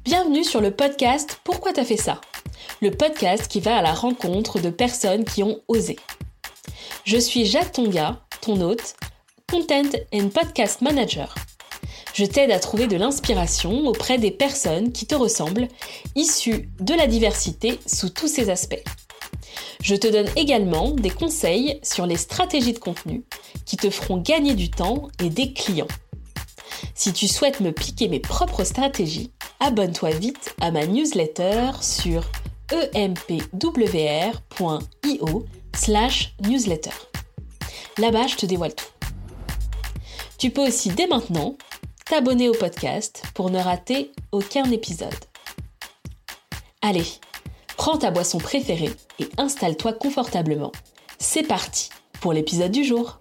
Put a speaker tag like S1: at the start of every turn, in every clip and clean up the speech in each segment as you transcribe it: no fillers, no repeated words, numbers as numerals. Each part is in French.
S1: Bienvenue sur le podcast Pourquoi t'as fait ça ? Le podcast qui va à la rencontre de personnes qui ont osé. Je suis Jade Tonga, ton hôte, Content and Podcast Manager. Je t'aide à trouver de l'inspiration auprès des personnes qui te ressemblent, issues de la diversité sous tous ses aspects. Je te donne également des conseils sur les stratégies de contenu qui te feront gagner du temps et des clients. Si tu souhaites me piquer mes propres stratégies, abonne-toi vite à ma newsletter sur empwr.io/newsletter. Là-bas, je te dévoile tout. Tu peux aussi dès maintenant t'abonner au podcast pour ne rater aucun épisode. Allez, prends ta boisson préférée et installe-toi confortablement. C'est parti pour l'épisode du jour.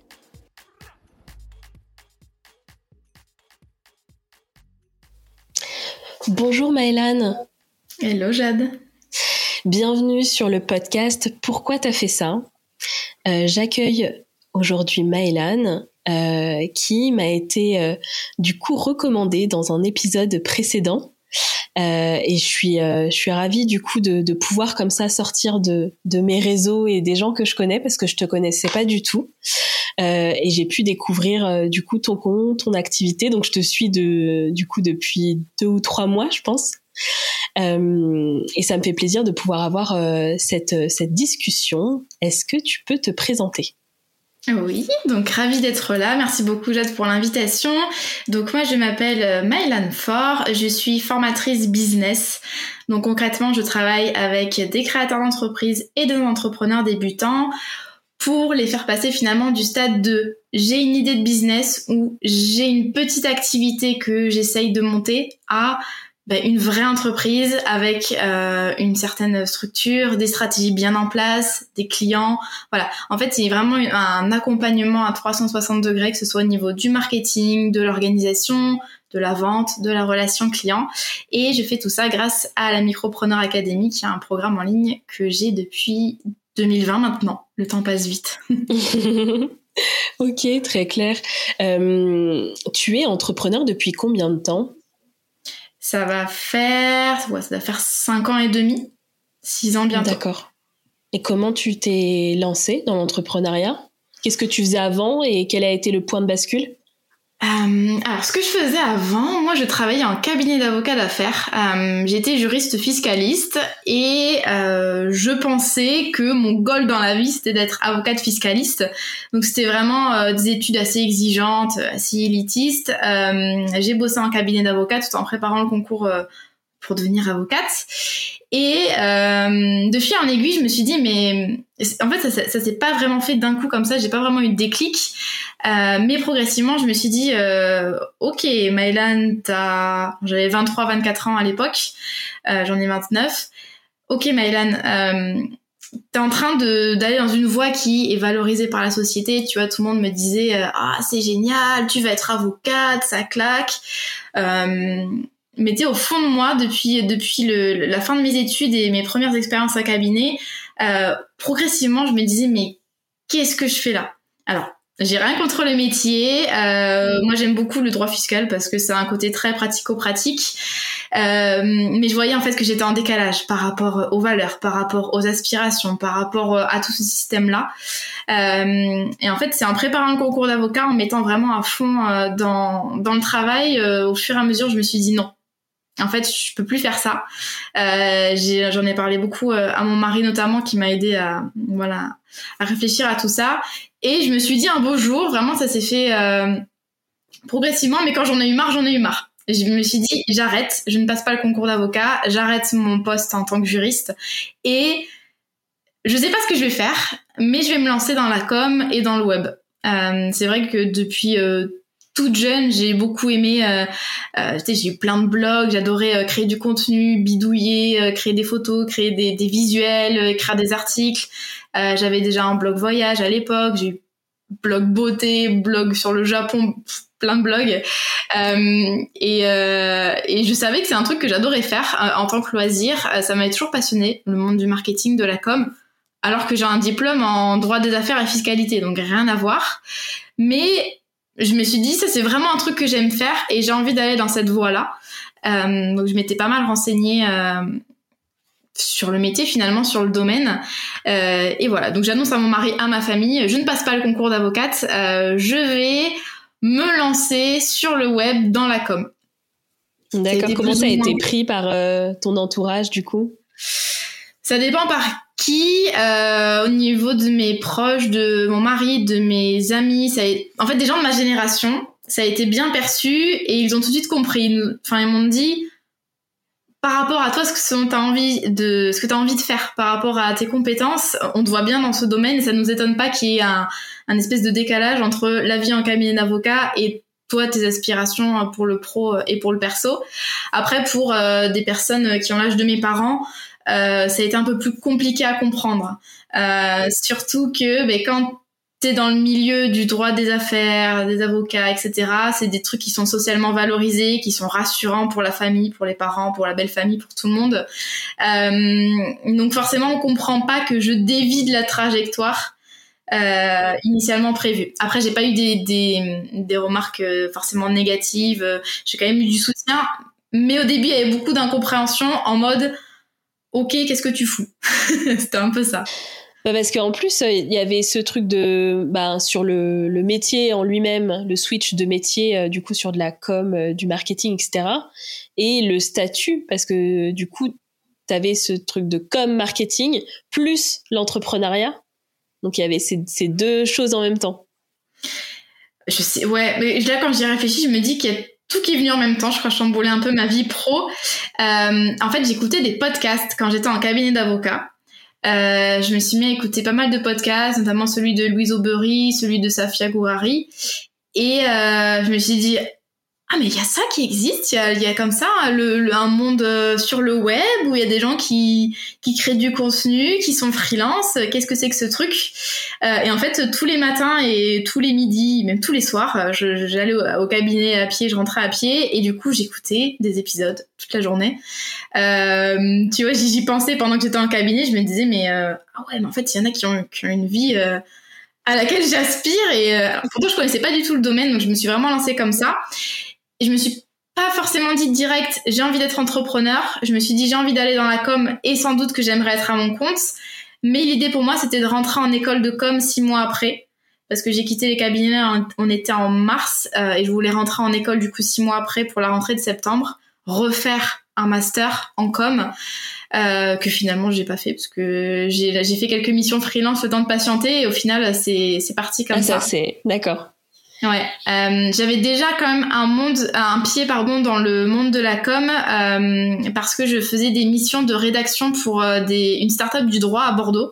S1: Bonjour Maëlan.
S2: Hello Jade.
S1: Bienvenue sur le podcast Pourquoi t'as fait ça ? J'accueille aujourd'hui Maëlan qui m'a été du coup recommandée dans un épisode précédent. Et je suis ravie du coup de pouvoir comme ça sortir de mes réseaux et des gens que je connais parce que je te connaissais pas du tout. Et j'ai pu découvrir du coup ton compte, ton activité. Donc je te suis du coup depuis 2 ou 3 mois, je pense. Et ça me fait plaisir de pouvoir avoir cette discussion. Est-ce que tu peux te présenter ?
S2: Oui, donc ravie d'être là. Merci beaucoup Jade pour l'invitation. Donc moi je m'appelle Maëlan Faure, je suis formatrice business. Donc concrètement je travaille avec des créateurs d'entreprises et des entrepreneurs débutants pour les faire passer finalement du stade de j'ai une idée de business ou j'ai une petite activité que j'essaye de monter à une vraie entreprise avec une certaine structure, des stratégies bien en place, des clients. Voilà. En fait, c'est vraiment un accompagnement à 360 degrés, que ce soit au niveau du marketing, de l'organisation, de la vente, de la relation client. Et je fais tout ça grâce à la Micropreneur Academy, qui est un programme en ligne que j'ai depuis 2020 maintenant. Le temps passe vite.
S1: Ok, très clair. Tu es entrepreneur depuis combien de temps ?
S2: Ça va faire 5 ans et demi, 6 ans bientôt.
S1: D'accord. Et comment tu t'es lancée dans l'entrepreneuriat ? Qu'est-ce que tu faisais avant et quel a été le point de bascule ?
S2: Alors, ce que je faisais avant, moi, je travaillais en cabinet d'avocat d'affaires. J'étais juriste fiscaliste et je pensais que mon goal dans la vie, c'était d'être avocate fiscaliste. Donc, c'était vraiment des études assez exigeantes, assez élitistes. J'ai bossé en cabinet d'avocat tout en préparant le concours pour devenir avocate. Et de fil en aiguille, je me suis dit, mais en fait, ça s'est pas vraiment fait d'un coup comme ça. J'ai pas vraiment eu de déclic. Mais progressivement, je me suis dit, ok, Maëlan, j'avais 23-24 ans à l'époque, j'en ai 29. Ok, Maëlan, t'es en train d'aller dans une voie qui est valorisée par la société. Tu vois, tout le monde me disait, c'est génial, tu vas être avocate, ça claque. Mais tu sais, au fond de moi, depuis la fin de mes études et mes premières expériences à cabinet, progressivement, je me disais, mais qu'est-ce que je fais là ? Alors, j'ai rien contre le métier. Moi, j'aime beaucoup le droit fiscal parce que c'est un côté très pratico-pratique. Mais je voyais en fait que j'étais en décalage par rapport aux valeurs, par rapport aux aspirations, par rapport à tout ce système-là. Et en fait, c'est en préparant le concours d'avocat, en mettant vraiment à fond dans le travail, au fur et à mesure, je me suis dit non. En fait, je peux plus faire ça. J'en ai parlé beaucoup à mon mari notamment, qui m'a aidé à réfléchir à tout ça. Et je me suis dit un beau jour, vraiment, ça s'est fait progressivement, mais quand j'en ai eu marre, Je me suis dit, j'arrête, je ne passe pas le concours d'avocat, j'arrête mon poste en tant que juriste et je sais pas ce que je vais faire, mais je vais me lancer dans la com et dans le web. C'est vrai que depuis toute jeune, j'ai beaucoup aimé, j'ai eu plein de blogs, j'adorais créer du contenu, bidouiller, créer des photos, créer des visuels, écrire des articles. J'avais déjà un blog voyage à l'époque, j'ai eu blog beauté, blog sur le Japon, plein de blogs. Et je savais que c'est un truc que j'adorais faire en tant que loisir. Ça m'avait toujours passionné, le monde du marketing, de la com, alors que j'ai un diplôme en droit des affaires et fiscalité, donc rien à voir. Mais je me suis dit, ça c'est vraiment un truc que j'aime faire et j'ai envie d'aller dans cette voie-là. Donc je m'étais pas mal renseignée sur le métier, finalement, sur le domaine. Et voilà, donc j'annonce à mon mari, à ma famille, je ne passe pas le concours d'avocate, je vais me lancer sur le web dans la com.
S1: D'accord, comment ça a été pris par ton entourage du coup ?
S2: Ça dépend par qui, au niveau de mes proches, de mon mari, de mes amis, en fait des gens de ma génération, ça a été bien perçu et ils ont tout de suite compris. Enfin, ils m'ont dit, par rapport à toi, ce que t'as envie de faire, par rapport à tes compétences, on te voit bien dans ce domaine et ça nous étonne pas qu'il y ait un espèce de décalage entre la vie en cabinet d'avocat et toi, tes aspirations pour le pro et pour le perso. Après, pour des personnes qui ont l'âge de mes parents, ça a été un peu plus compliqué à comprendre. Surtout que quand t'es dans le milieu du droit des affaires, des avocats, etc., c'est des trucs qui sont socialement valorisés, qui sont rassurants pour la famille, pour les parents, pour la belle famille, pour tout le monde. Donc forcément, on comprend pas que je dévie de la trajectoire initialement prévue. Après, j'ai pas eu des remarques forcément négatives. J'ai quand même eu du soutien, mais au début, il y avait beaucoup d'incompréhension en mode « Ok, qu'est-ce que tu fous ?» C'était un peu ça.
S1: Parce qu'en plus, il y avait ce truc de sur le métier en lui-même, le switch de métier, du coup, sur de la com, du marketing, etc. Et le statut, parce que du coup, t'avais ce truc de com marketing, plus l'entrepreneuriat. Donc, il y avait ces deux choses en même temps.
S2: Je sais, ouais. Mais là, quand j'y réfléchis, je me dis qu'il y a tout qui est venu en même temps. Je crois chambouler un peu ma vie pro. En fait, j'écoutais des podcasts quand j'étais en cabinet d'avocat. Je me suis mis à écouter pas mal de podcasts, notamment celui de Louise Aubry, celui de Safia Gourari. Et je me suis dit, ah mais il y a ça qui existe, il y a comme ça un monde sur le web où il y a des gens qui créent du contenu, qui sont freelance. Qu'est-ce que c'est que ce truc ? Et en fait, tous les matins et tous les midis, même tous les soirs, j'allais au cabinet à pied, je rentrais à pied et du coup j'écoutais des épisodes toute la journée. Tu vois, j'y pensais pendant que j'étais en cabinet, je me disais mais en fait il y en a qui ont une vie à laquelle j'aspire et pourtant je connaissais pas du tout le domaine, donc je me suis vraiment lancée comme ça. Et je me suis pas forcément dit direct, j'ai envie d'être entrepreneur. Je me suis dit, j'ai envie d'aller dans la com et sans doute que j'aimerais être à mon compte. Mais l'idée pour moi, c'était de rentrer en école de com 6 mois après. Parce que j'ai quitté les cabinets, on était en mars, et je voulais rentrer en école du coup 6 mois après pour la rentrée de septembre. Refaire un master en com, que finalement j'ai pas fait parce que j'ai fait quelques missions freelance le temps de patienter et au final c'est parti comme ça.
S1: C'est d'accord.
S2: Ouais, j'avais déjà quand même un pied dans le monde de la com parce que je faisais des missions de rédaction pour une start-up du droit à Bordeaux,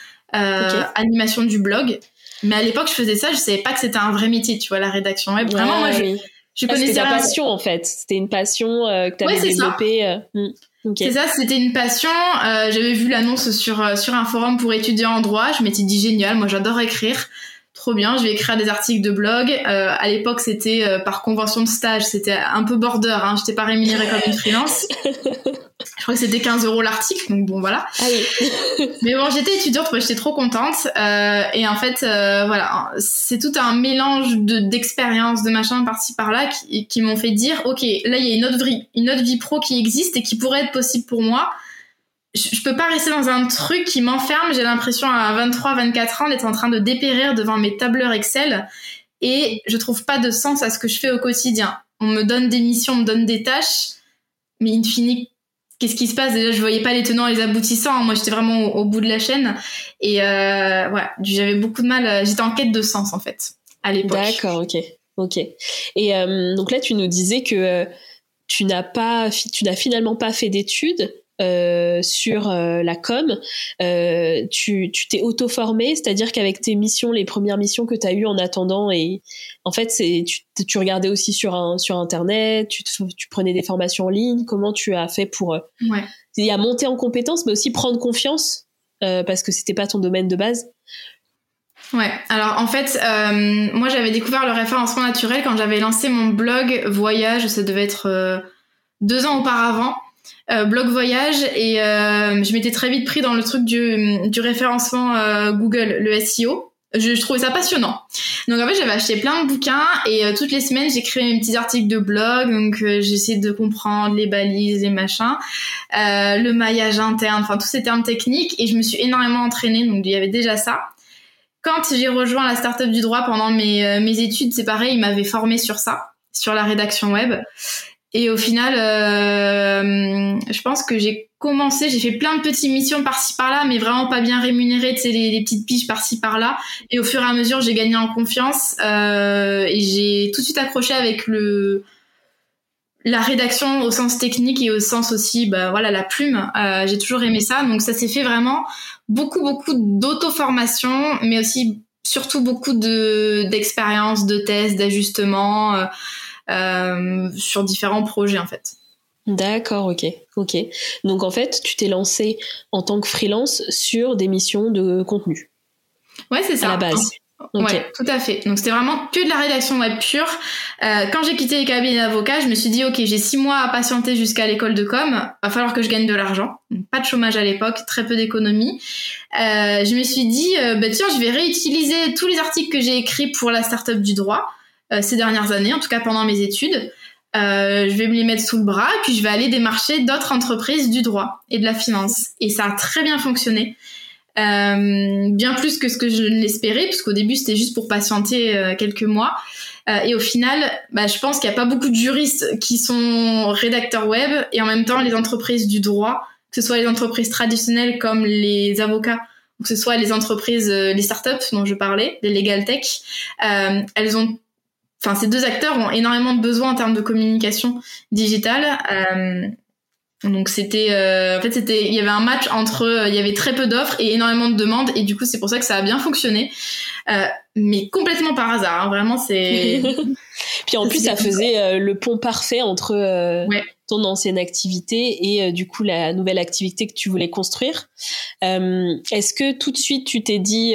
S2: animation du blog. Mais à l'époque, je faisais ça, je savais pas que c'était un vrai métier, tu vois, la rédaction web. Vraiment, moi, je connaissais
S1: c'était ta passion en fait. C'était une passion que tu avais développée.
S2: Okay. C'est ça, c'était une passion. J'avais vu l'annonce sur un forum pour étudiants en droit. Je m'étais dit génial, moi j'adore écrire. Trop bien, je vais écrire des articles de blog. À l'époque, c'était par convention de stage, c'était un peu border, hein. J'étais pas rémunérée comme une freelance. Je crois que c'était 15 € l'article, donc bon, voilà.
S1: Ah oui.
S2: Mais bon, j'étais étudiante, j'étais trop contente. Et en fait, voilà, c'est tout un mélange d'expériences, de machin par-ci par-là qui m'ont fait dire, ok, là, il y a une autre vie pro qui existe et qui pourrait être possible pour moi. Je peux pas rester dans un truc qui m'enferme. J'ai l'impression à 23-24 ans d'être en train de dépérir devant mes tableurs Excel et je trouve pas de sens à ce que je fais au quotidien. On me donne des missions, on me donne des tâches, mais in fine, qu'est-ce qui se passe ? Déjà, je voyais pas les tenants et les aboutissants. Moi, j'étais vraiment au bout de la chaîne et voilà, j'avais beaucoup de mal. J'étais en quête de sens en fait à l'époque.
S1: D'accord, ok. Et donc là, tu nous disais que tu n'as finalement pas fait d'études. Sur la com, tu t'es auto-formé, c'est-à-dire qu'avec tes missions, les premières missions que tu as eues en attendant, et en fait tu regardais aussi sur internet, tu prenais des formations en ligne. Comment tu as fait pour y a monter en compétences, mais aussi prendre confiance parce que c'était pas ton domaine de base?
S2: Ouais, alors en fait, moi j'avais découvert le référencement naturel quand j'avais lancé mon blog voyage, ça devait être 2 ans auparavant. Blog voyage et je m'étais très vite pris dans le truc du référencement Google, le SEO. je trouvais ça passionnant. Donc en fait, j'avais acheté plein de bouquins et toutes les semaines, j'écrivais mes petits articles de blog. Donc j'essayais de comprendre les balises, les machins, le maillage interne, enfin tous ces termes techniques. Et je me suis énormément entraînée, donc il y avait déjà ça. Quand j'ai rejoint la start-up du droit pendant mes études, c'est pareil, ils m'avaient formée sur ça, sur la rédaction web. Et au final, je pense que j'ai fait plein de petites missions par-ci par-là, mais vraiment pas bien rémunérées, tu sais, les petites piges par-ci par-là. Et au fur et à mesure, j'ai gagné en confiance et j'ai tout de suite accroché avec la rédaction au sens technique et au sens aussi, la plume. J'ai toujours aimé ça, donc ça s'est fait vraiment beaucoup d'auto-formation, mais aussi surtout beaucoup d'expériences, de tests, d'ajustements sur différents projets en fait.
S1: D'accord, ok. Donc en fait, tu t'es lancée en tant que freelance sur des missions de contenu.
S2: Ouais, c'est ça.
S1: À la base.
S2: Okay. Ouais, tout à fait. Donc c'était vraiment que de la rédaction web pure. Quand j'ai quitté les cabinets d'avocats, je me suis dit ok, j'ai 6 mois à patienter jusqu'à l'école de com. Va falloir que je gagne de l'argent. Pas de chômage à l'époque, très peu d'économie. Je me suis dit tiens, je vais réutiliser tous les articles que j'ai écrits pour la start-up du droit ces dernières années, en tout cas pendant mes études. Je vais me les mettre sous le bras et puis je vais aller démarcher d'autres entreprises du droit et de la finance. Et ça a très bien fonctionné. Bien plus que ce que je l'espérais, parce qu'au début c'était juste pour patienter quelques mois. Et au final, je pense qu'il n'y a pas beaucoup de juristes qui sont rédacteurs web, et en même temps les entreprises du droit, que ce soit les entreprises traditionnelles comme les avocats, ou que ce soit les entreprises, les startups dont je parlais, les legal tech, ces deux acteurs ont énormément de besoins en termes de communication digitale. Donc il y avait un match entre, il y avait très peu d'offres et énormément de demandes, et du coup c'est pour ça que ça a bien fonctionné, mais complètement par hasard, hein, vraiment c'est.
S1: Puis en plus ça faisait le pont parfait entre ton ancienne activité et du coup la nouvelle activité que tu voulais construire. Est-ce que tout de suite tu t'es dit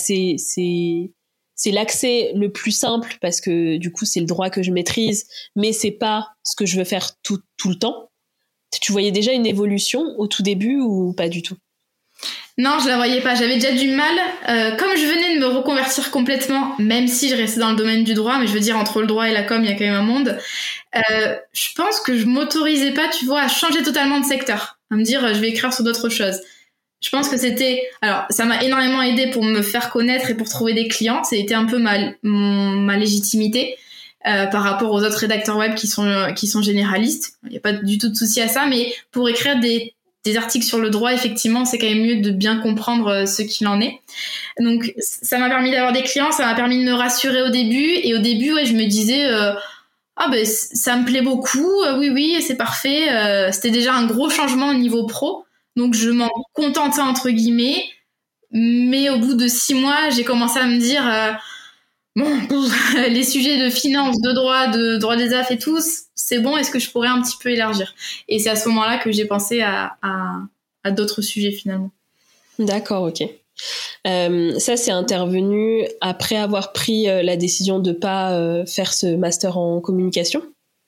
S1: c'est l'accès le plus simple parce que du coup c'est le droit que je maîtrise, mais c'est pas ce que je veux faire tout le temps? Tu voyais déjà une évolution au tout début ou pas du tout?
S2: Non, je la voyais pas. J'avais déjà du mal. Comme je venais de me reconvertir complètement, même si je restais dans le domaine du droit, mais je veux dire, entre le droit et la com, il y a quand même un monde. Je pense que je m'autorisais pas, tu vois, à changer totalement de secteur. À me dire, je vais écrire sur d'autres choses. Je pense que alors, ça m'a énormément aidé pour me faire connaître et pour trouver des clients. C'était un peu ma légitimité. Par rapport aux autres rédacteurs web qui sont généralistes. Il n'y a pas du tout de souci à ça, mais pour écrire des articles sur le droit, effectivement, c'est quand même mieux de bien comprendre ce qu'il en est. Donc, ça m'a permis d'avoir des clients, ça m'a permis de me rassurer au début, et au début, je me disais ça me plaît beaucoup, oui, c'est parfait. C'était déjà un gros changement au niveau pro, donc je m'en contentais entre guillemets, mais au bout de 6 mois, j'ai commencé à me dire les sujets de finance, de droit des affaires et tout, c'est bon, est-ce que je pourrais un petit peu élargir? Et c'est à ce moment-là que j'ai pensé à d'autres sujets finalement.
S1: D'accord, ok. Ça, c'est intervenu après avoir pris la décision de pas faire ce master en communication?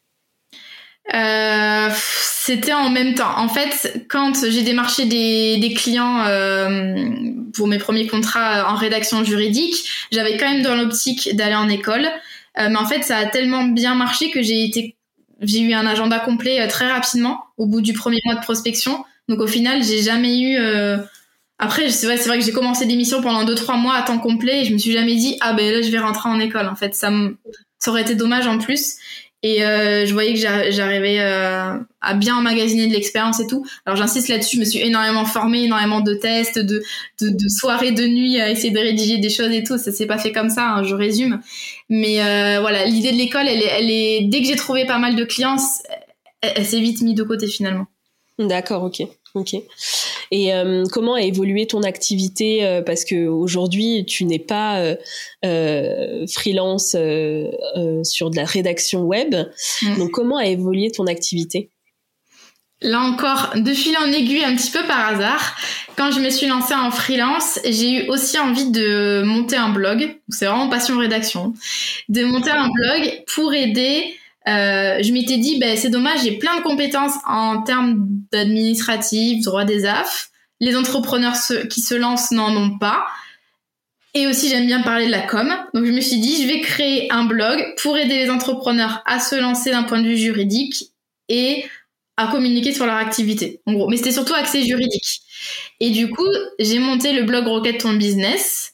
S2: C'était en même temps. En fait, quand j'ai démarché des clients pour mes premiers contrats en rédaction juridique, j'avais quand même dans l'optique d'aller en école. Mais en fait, ça a tellement bien marché que j'ai eu un agenda complet très rapidement au bout du premier mois de prospection. Donc au final, j'ai jamais eu... Après, c'est vrai que j'ai commencé des missions pendant 2-3 mois à temps complet et je me suis jamais dit là je vais rentrer en école. En fait, ça aurait été dommage en plus. Et je voyais que j'arrivais à bien emmagasiner de l'expérience et tout. Alors j'insiste là-dessus, je me suis énormément formée, énormément de tests, de soirées, de nuits à essayer de rédiger des choses et tout. Ça s'est pas fait comme ça, hein, je résume. Mais voilà, l'idée de l'école, elle est dès que j'ai trouvé pas mal de clients, elle s'est vite mise de côté finalement.
S1: D'accord, ok. Et comment a évolué ton activité parce que aujourd'hui tu n'es pas freelance sur de la rédaction web. Donc comment a évolué ton activité?
S2: Là encore, de fil en aiguille, un petit peu par hasard, quand je me suis lancée en freelance, j'ai eu aussi envie de monter un blog. C'est vraiment passion rédaction. De monter un blog pour aider. Je m'étais dit, c'est dommage, j'ai plein de compétences en termes d'administratif, droit des AF. Les entrepreneurs qui se lancent n'en ont pas. Et aussi, j'aime bien parler de la com. Donc, je me suis dit, je vais créer un blog pour aider les entrepreneurs à se lancer d'un point de vue juridique et à communiquer sur leur activité. En gros, mais c'était surtout axé juridique. Et du coup, j'ai monté le blog Rocket Ton Business.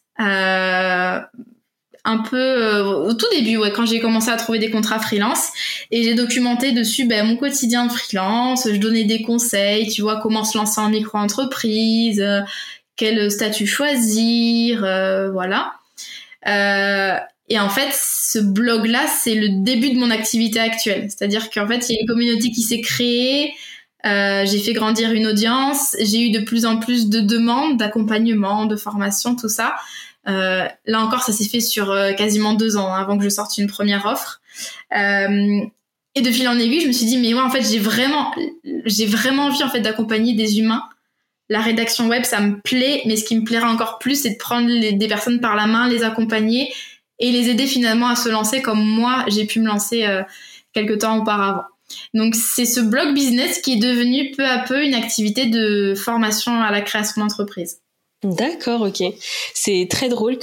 S2: Un peu au tout début, quand j'ai commencé à trouver des contrats freelance, et j'ai documenté dessus mon quotidien de freelance. Je donnais des conseils, tu vois, comment se lancer en micro-entreprise, quel statut choisir, voilà. Et en fait, ce blog-là, c'est le début de mon activité actuelle. C'est-à-dire qu'en fait, il y a une communauté qui s'est créée. J'ai fait grandir une audience. J'ai eu de plus en plus de demandes d'accompagnement, de formation, tout ça. Là encore, ça s'est fait sur quasiment 2 ans avant que je sorte une première offre. Et de fil en aiguille, je me suis dit, mais ouais, en fait, j'ai vraiment envie en fait d'accompagner des humains. La rédaction web, ça me plaît, mais ce qui me plairait encore plus, c'est de prendre des personnes par la main, les accompagner et les aider finalement à se lancer comme moi, j'ai pu me lancer quelques temps auparavant. Donc, c'est ce blog business qui est devenu peu à peu une activité de formation à la création d'entreprise.
S1: D'accord, ok. C'est très drôle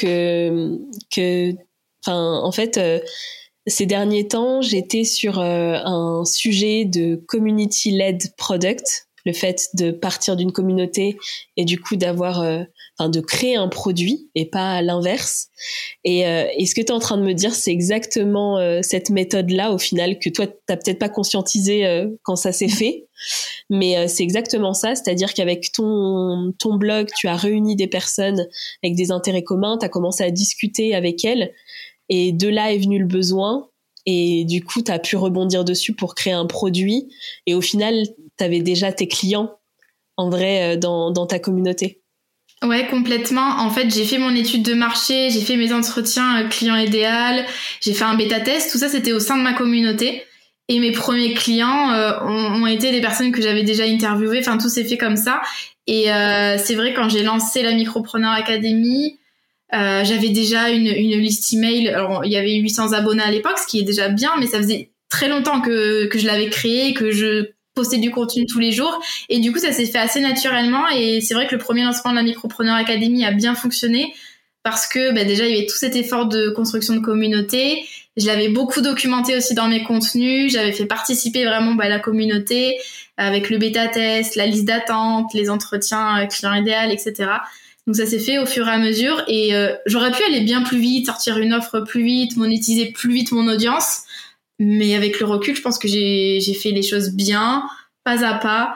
S1: en fait, ces derniers temps, j'étais sur un sujet de community-led product, le fait de partir d'une communauté et du coup de créer un produit et pas l'inverse. Et ce que tu es en train de me dire, c'est exactement cette méthode-là au final que toi, t'as peut-être pas conscientisé quand ça s'est fait. Mais c'est exactement ça, c'est-à-dire qu'avec ton blog, tu as réuni des personnes avec des intérêts communs, tu as commencé à discuter avec elles, et de là est venu le besoin, et du coup, tu as pu rebondir dessus pour créer un produit, et au final, tu avais déjà tes clients, en vrai, dans ta communauté.
S2: Ouais, complètement. En fait, j'ai fait mon étude de marché, j'ai fait mes entretiens client idéal, j'ai fait un bêta-test, tout ça, c'était au sein de ma communauté. Et mes premiers clients ont été des personnes que j'avais déjà interviewées. Enfin, tout s'est fait comme ça. Et c'est vrai, quand j'ai lancé la Micropreneur Academy, j'avais déjà une liste email. Alors, il y avait 800 abonnés à l'époque, ce qui est déjà bien, mais ça faisait très longtemps que je l'avais créé, que je postais du contenu tous les jours. Et du coup, ça s'est fait assez naturellement. Et c'est vrai que le premier lancement de la Micropreneur Academy a bien fonctionné parce que déjà, il y avait tout cet effort de construction de communauté. Je l'avais beaucoup documenté aussi dans mes contenus. J'avais fait participer vraiment la communauté avec le bêta-test, la liste d'attente, les entretiens client idéal, etc. Donc ça s'est fait au fur et à mesure. Et j'aurais pu aller bien plus vite, sortir une offre plus vite, monétiser plus vite mon audience. Mais avec le recul, je pense que j'ai fait les choses bien, pas à pas.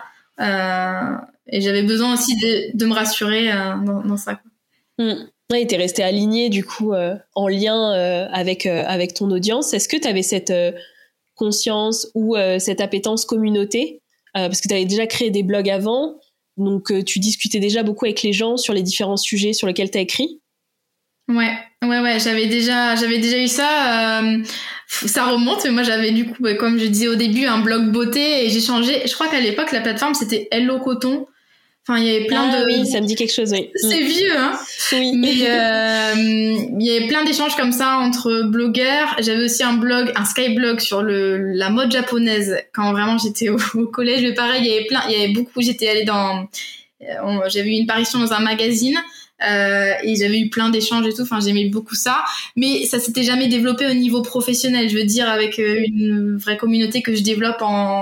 S2: Et j'avais besoin aussi de me rassurer dans ça.
S1: Ouais, t'es resté aligné du coup en lien avec ton audience. Est-ce que t'avais cette conscience ou cette appétence communauté parce que t'avais déjà créé des blogs avant, donc tu discutais déjà beaucoup avec les gens sur les différents sujets sur lesquels t'as écrit?
S2: Ouais, j'avais déjà eu ça. Ça remonte, mais moi j'avais du coup, comme je disais au début, un blog beauté et j'ai changé. Je crois qu'à l'époque la plateforme c'était Hello Coton. Enfin, il y avait plein de...
S1: oui, ça me dit quelque chose, oui.
S2: C'est vieux, hein.
S1: Oui.
S2: Mais il y avait plein d'échanges comme ça entre blogueurs. J'avais aussi un blog, un Skyblog sur la mode japonaise quand vraiment j'étais au collège. Mais pareil, il y avait beaucoup. J'étais allée j'avais eu une parution dans un magazine. Et j'avais eu plein d'échanges et tout, enfin j'aimais beaucoup ça, mais ça s'était jamais développé au niveau professionnel, je veux dire, avec une vraie communauté que je développe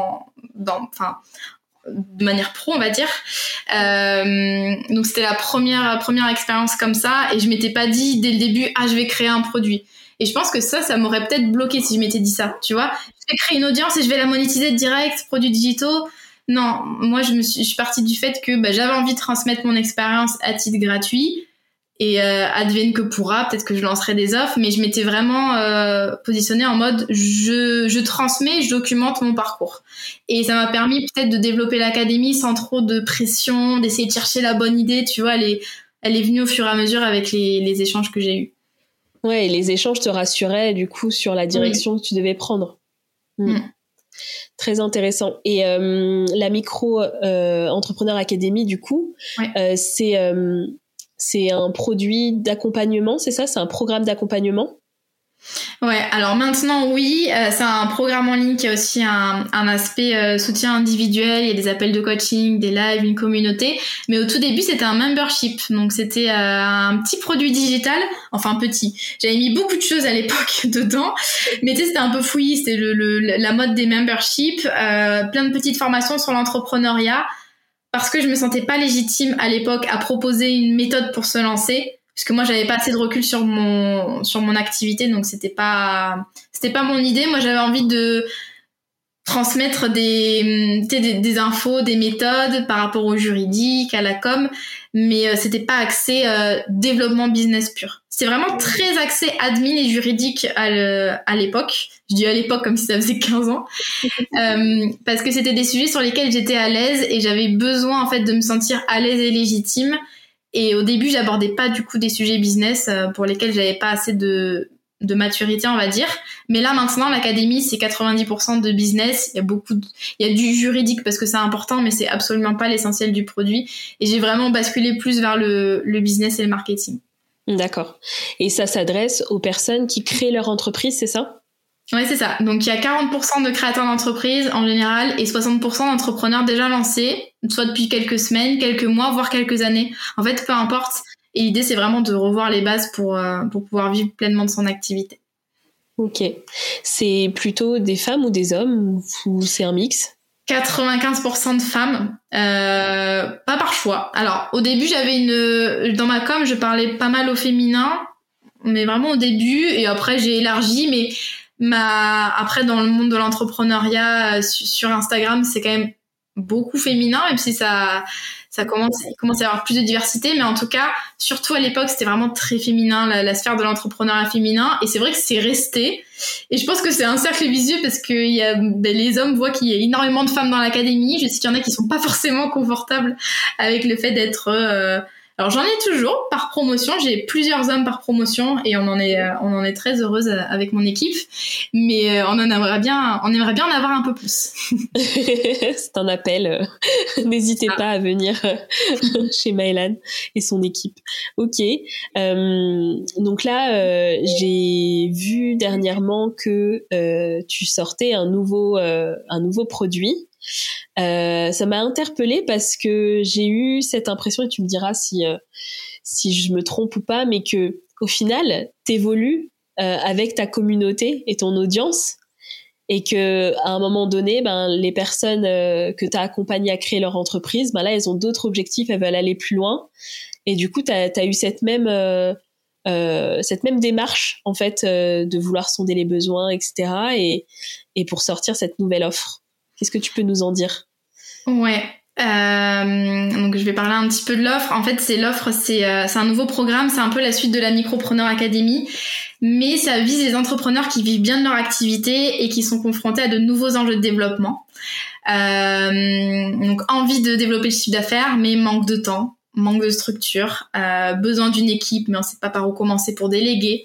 S2: de manière pro, on va dire. Donc c'était la première expérience comme ça, et je m'étais pas dit dès le début, je vais créer un produit. Et je pense que ça m'aurait peut-être bloqué si je m'étais dit ça, tu vois. Je vais créer une audience et je vais la monétiser direct, produits digitaux. Non, moi je suis partie du fait que j'avais envie de transmettre mon expérience à titre gratuit, et advienne que pourra, peut-être que je lancerai des offres, mais je m'étais vraiment positionnée en mode je transmets, je documente mon parcours. Et ça m'a permis peut-être de développer l'académie sans trop de pression, d'essayer de chercher la bonne idée, tu vois, elle est venue au fur et à mesure avec les échanges que j'ai eus.
S1: Ouais, et les échanges te rassuraient du coup sur la direction que tu devais prendre. Très intéressant. Et la Micro-Entrepreneur Academy, du coup, ouais. C'est un produit d'accompagnement, c'est ça? C'est un programme d'accompagnement?
S2: Ouais, alors maintenant oui, c'est un programme en ligne qui a aussi un aspect soutien individuel, il y a des appels de coaching, des lives, une communauté, mais au tout début c'était un membership, donc c'était un petit produit digital, enfin petit, j'avais mis beaucoup de choses à l'époque dedans, mais tu sais c'était un peu fouillis, c'était la mode des memberships, plein de petites formations sur l'entrepreneuriat, parce que je me sentais pas légitime à l'époque à proposer une méthode pour se lancer. Parce que moi j'avais pas assez de recul sur mon activité, donc c'était pas mon idée. Moi j'avais envie de transmettre des infos, des méthodes par rapport au juridique, à la com, mais c'était pas axé développement business pur. C'était vraiment très axé admin et juridique à l'époque. Je dis à l'époque comme si ça faisait 15 ans. Parce que c'était des sujets sur lesquels j'étais à l'aise et j'avais besoin en fait de me sentir à l'aise et légitime. Et au début, j'abordais pas du coup des sujets business pour lesquels j'avais pas assez de maturité, on va dire. Mais là, maintenant, l'académie, c'est 90% de business. Il y a du juridique parce que c'est important, mais c'est absolument pas l'essentiel du produit. Et j'ai vraiment basculé plus vers le business et le marketing.
S1: D'accord. Et ça s'adresse aux personnes qui créent leur entreprise, c'est ça ?
S2: Ouais, c'est ça. Donc, il y a 40% de créateurs d'entreprises en général et 60% d'entrepreneurs déjà lancés, soit depuis quelques semaines, quelques mois, voire quelques années. En fait, peu importe. Et l'idée, c'est vraiment de revoir les bases pour pouvoir vivre pleinement de son activité.
S1: Ok. C'est plutôt des femmes ou des hommes ou c'est un mix ?
S2: 95% de femmes, pas par choix. Alors, au début, dans ma com, je parlais pas mal au féminin, mais vraiment au début, et après, j'ai élargi, mais après dans le monde de l'entrepreneuriat sur Instagram c'est quand même beaucoup féminin, même si il commence à y avoir plus de diversité, mais en tout cas surtout à l'époque c'était vraiment très féminin, la sphère de l'entrepreneuriat féminin, et c'est vrai que c'est resté, et je pense que c'est un cercle vicieux parce que les hommes voient qu'il y a énormément de femmes dans l'académie. Je sais qu'il y en a qui sont pas forcément confortables avec le fait d'être alors j'en ai toujours par promotion, j'ai plusieurs hommes par promotion et on en est très heureuse avec mon équipe, mais on aimerait bien en avoir un peu plus.
S1: C'est un appel, n'hésitez pas à venir chez Maëlan et son équipe. Ok, donc là j'ai vu dernièrement que tu sortais un nouveau produit. Ça m'a interpellée parce que j'ai eu cette impression, et tu me diras si je me trompe ou pas, mais que au final t'évolues avec ta communauté et ton audience, et que à un moment donné, les personnes que t'as accompagnées à créer leur entreprise, là elles ont d'autres objectifs, elles veulent aller plus loin, et du coup t'as eu cette même démarche en fait de vouloir sonder les besoins, etc. et pour sortir cette nouvelle offre. Qu'est-ce que tu peux nous en dire ?
S2: Ouais. Donc je vais parler un petit peu de l'offre. En fait, c'est un nouveau programme, c'est un peu la suite de la Micropreneur Academy, mais ça vise les entrepreneurs qui vivent bien de leur activité et qui sont confrontés à de nouveaux enjeux de développement. Donc envie de développer le chiffre d'affaires, mais manque de temps, manque de structure, besoin d'une équipe, mais on sait pas par où commencer pour déléguer.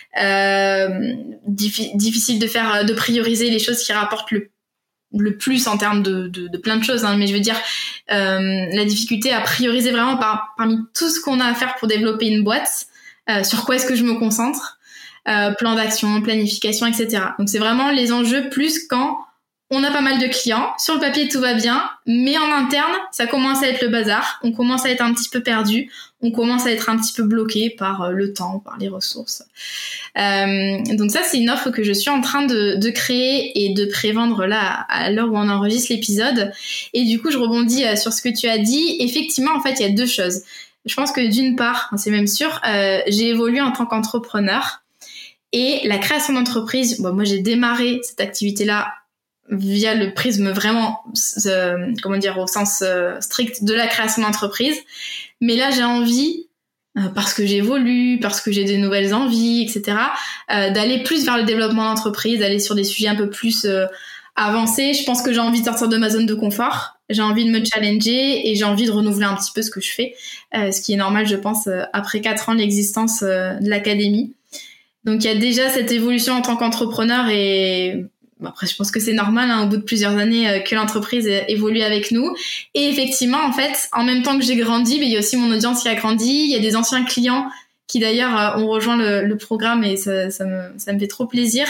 S2: Difficile de prioriser les choses qui rapportent le plus en termes de plein de choses, hein, mais je veux dire la difficulté à prioriser vraiment parmi tout ce qu'on a à faire pour développer une boîte, sur quoi est-ce que je me concentre, plan d'action, planification, etc. Donc c'est vraiment les enjeux plus quand on a pas mal de clients, sur le papier tout va bien, mais en interne ça commence à être le bazar, on commence à être un petit peu perdu, on commence à être un petit peu bloqué par le temps, par les ressources. Donc ça c'est une offre que je suis en train de créer et de prévendre là à l'heure où on enregistre l'épisode, et du coup je rebondis sur ce que tu as dit. Effectivement en fait il y a deux choses. Je pense que d'une part, c'est même sûr, j'ai évolué en tant qu'entrepreneur, et la création d'entreprise, moi j'ai démarré cette activité-là via le prisme vraiment, au sens strict de la création d'entreprise. Mais là, j'ai envie, parce que j'évolue, parce que j'ai des nouvelles envies, etc., d'aller plus vers le développement d'entreprise, d'aller sur des sujets un peu plus avancés. Je pense que j'ai envie de sortir de ma zone de confort, j'ai envie de me challenger et j'ai envie de renouveler un petit peu ce que je fais, ce qui est normal, je pense, après 4 ans d'existence de l'académie. Donc, il y a déjà cette évolution en tant qu'entrepreneur et... après, je pense que c'est normal, au bout de plusieurs années, que l'entreprise évolue avec nous. Et effectivement, en fait, en même temps que j'ai grandi, il y a aussi mon audience qui a grandi. Il y a des anciens clients qui d'ailleurs ont rejoint le programme et ça me fait trop plaisir.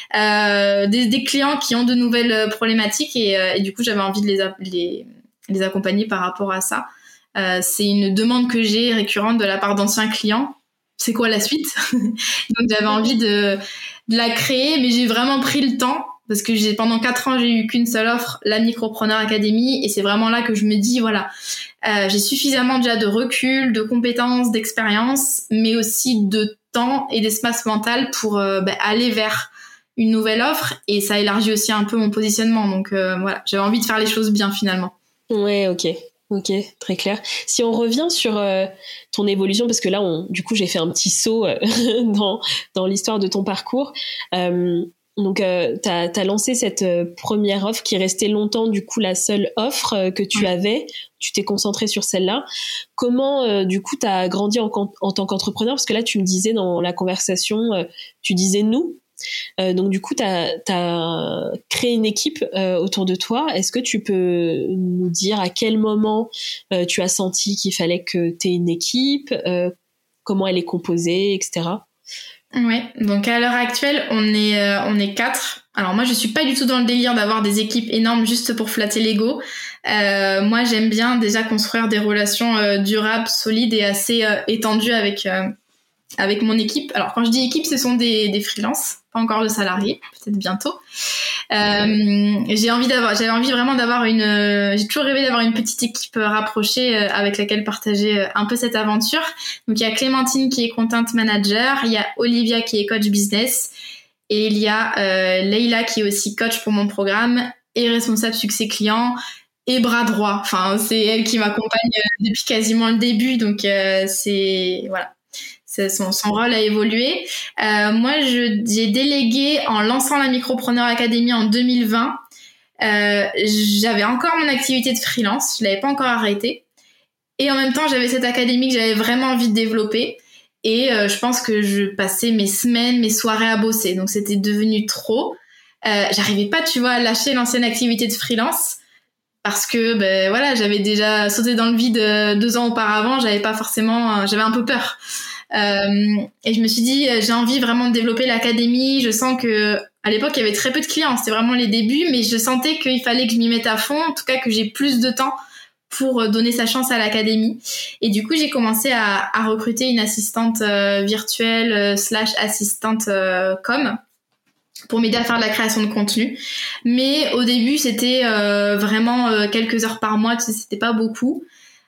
S2: Des clients qui ont de nouvelles problématiques et du coup j'avais envie de les accompagner par rapport à ça. C'est une demande que j'ai récurrente de la part d'anciens clients. C'est quoi la suite? Donc j'avais envie de la créer, mais j'ai vraiment pris le temps parce que pendant 4 ans j'ai eu qu'une seule offre, la Micropreneur Academy, et c'est vraiment là que je me dis voilà, j'ai suffisamment déjà de recul, de compétences, d'expérience, mais aussi de temps et d'espace mental pour aller vers une nouvelle offre, et ça élargit aussi un peu mon positionnement. Donc voilà, j'avais envie de faire les choses bien finalement.
S1: Ouais, ok, très clair. Si on revient sur ton évolution, parce que là, du coup, j'ai fait un petit saut dans l'histoire de ton parcours. Donc, t'as lancé cette première offre qui restait longtemps, du coup, la seule offre que tu avais. Tu t'es concentré sur celle-là. Comment, du coup, t'as grandi en tant qu'entrepreneur? Parce que là, tu me disais dans la conversation, tu disais nous. Donc du coup, t'as créé une équipe autour de toi. Est-ce que tu peux nous dire à quel moment tu as senti qu'il fallait que t'aies une équipe, comment elle est composée, etc.
S2: Ouais, donc à l'heure actuelle, on est 4. Alors moi, je suis pas du tout dans le délire d'avoir des équipes énormes juste pour flatter l'ego. Moi, j'aime bien déjà construire des relations durables, solides et assez étendues avec mon équipe. Alors quand je dis équipe, ce sont des freelances, pas encore de salariés, peut-être bientôt. J'avais envie vraiment d'avoir j'ai toujours rêvé d'avoir une petite équipe rapprochée avec laquelle partager un peu cette aventure. Donc il y a Clémentine qui est content manager, il y a Olivia qui est coach business, et il y a Leïla qui est aussi coach pour mon programme et responsable succès client et bras droit. Enfin, c'est elle qui m'accompagne depuis quasiment le début, donc c'est voilà. Son rôle a évolué. Moi, j'ai délégué en lançant la Micropreneur Academy en 2020. J'avais encore mon activité de freelance, je l'avais pas encore arrêtée. Et en même temps, j'avais cette académie que j'avais vraiment envie de développer. Et je pense que je passais mes semaines, mes soirées à bosser. Donc, c'était devenu trop. J'arrivais pas, tu vois, à lâcher l'ancienne activité de freelance. Parce que, voilà, j'avais déjà sauté dans le vide 2 ans auparavant. J'avais un peu peur. Et je me suis dit, j'ai envie vraiment de développer l'académie. Je sens que à l'époque, il y avait très peu de clients. C'était vraiment les débuts, mais je sentais qu'il fallait que je m'y mette à fond. En tout cas, que j'ai plus de temps pour donner sa chance à l'académie. Et du coup, j'ai commencé à recruter une assistante virtuelle / assistante com pour m'aider à faire de la création de contenu. Mais au début, c'était vraiment quelques heures par mois. Tu sais, c'était pas beaucoup.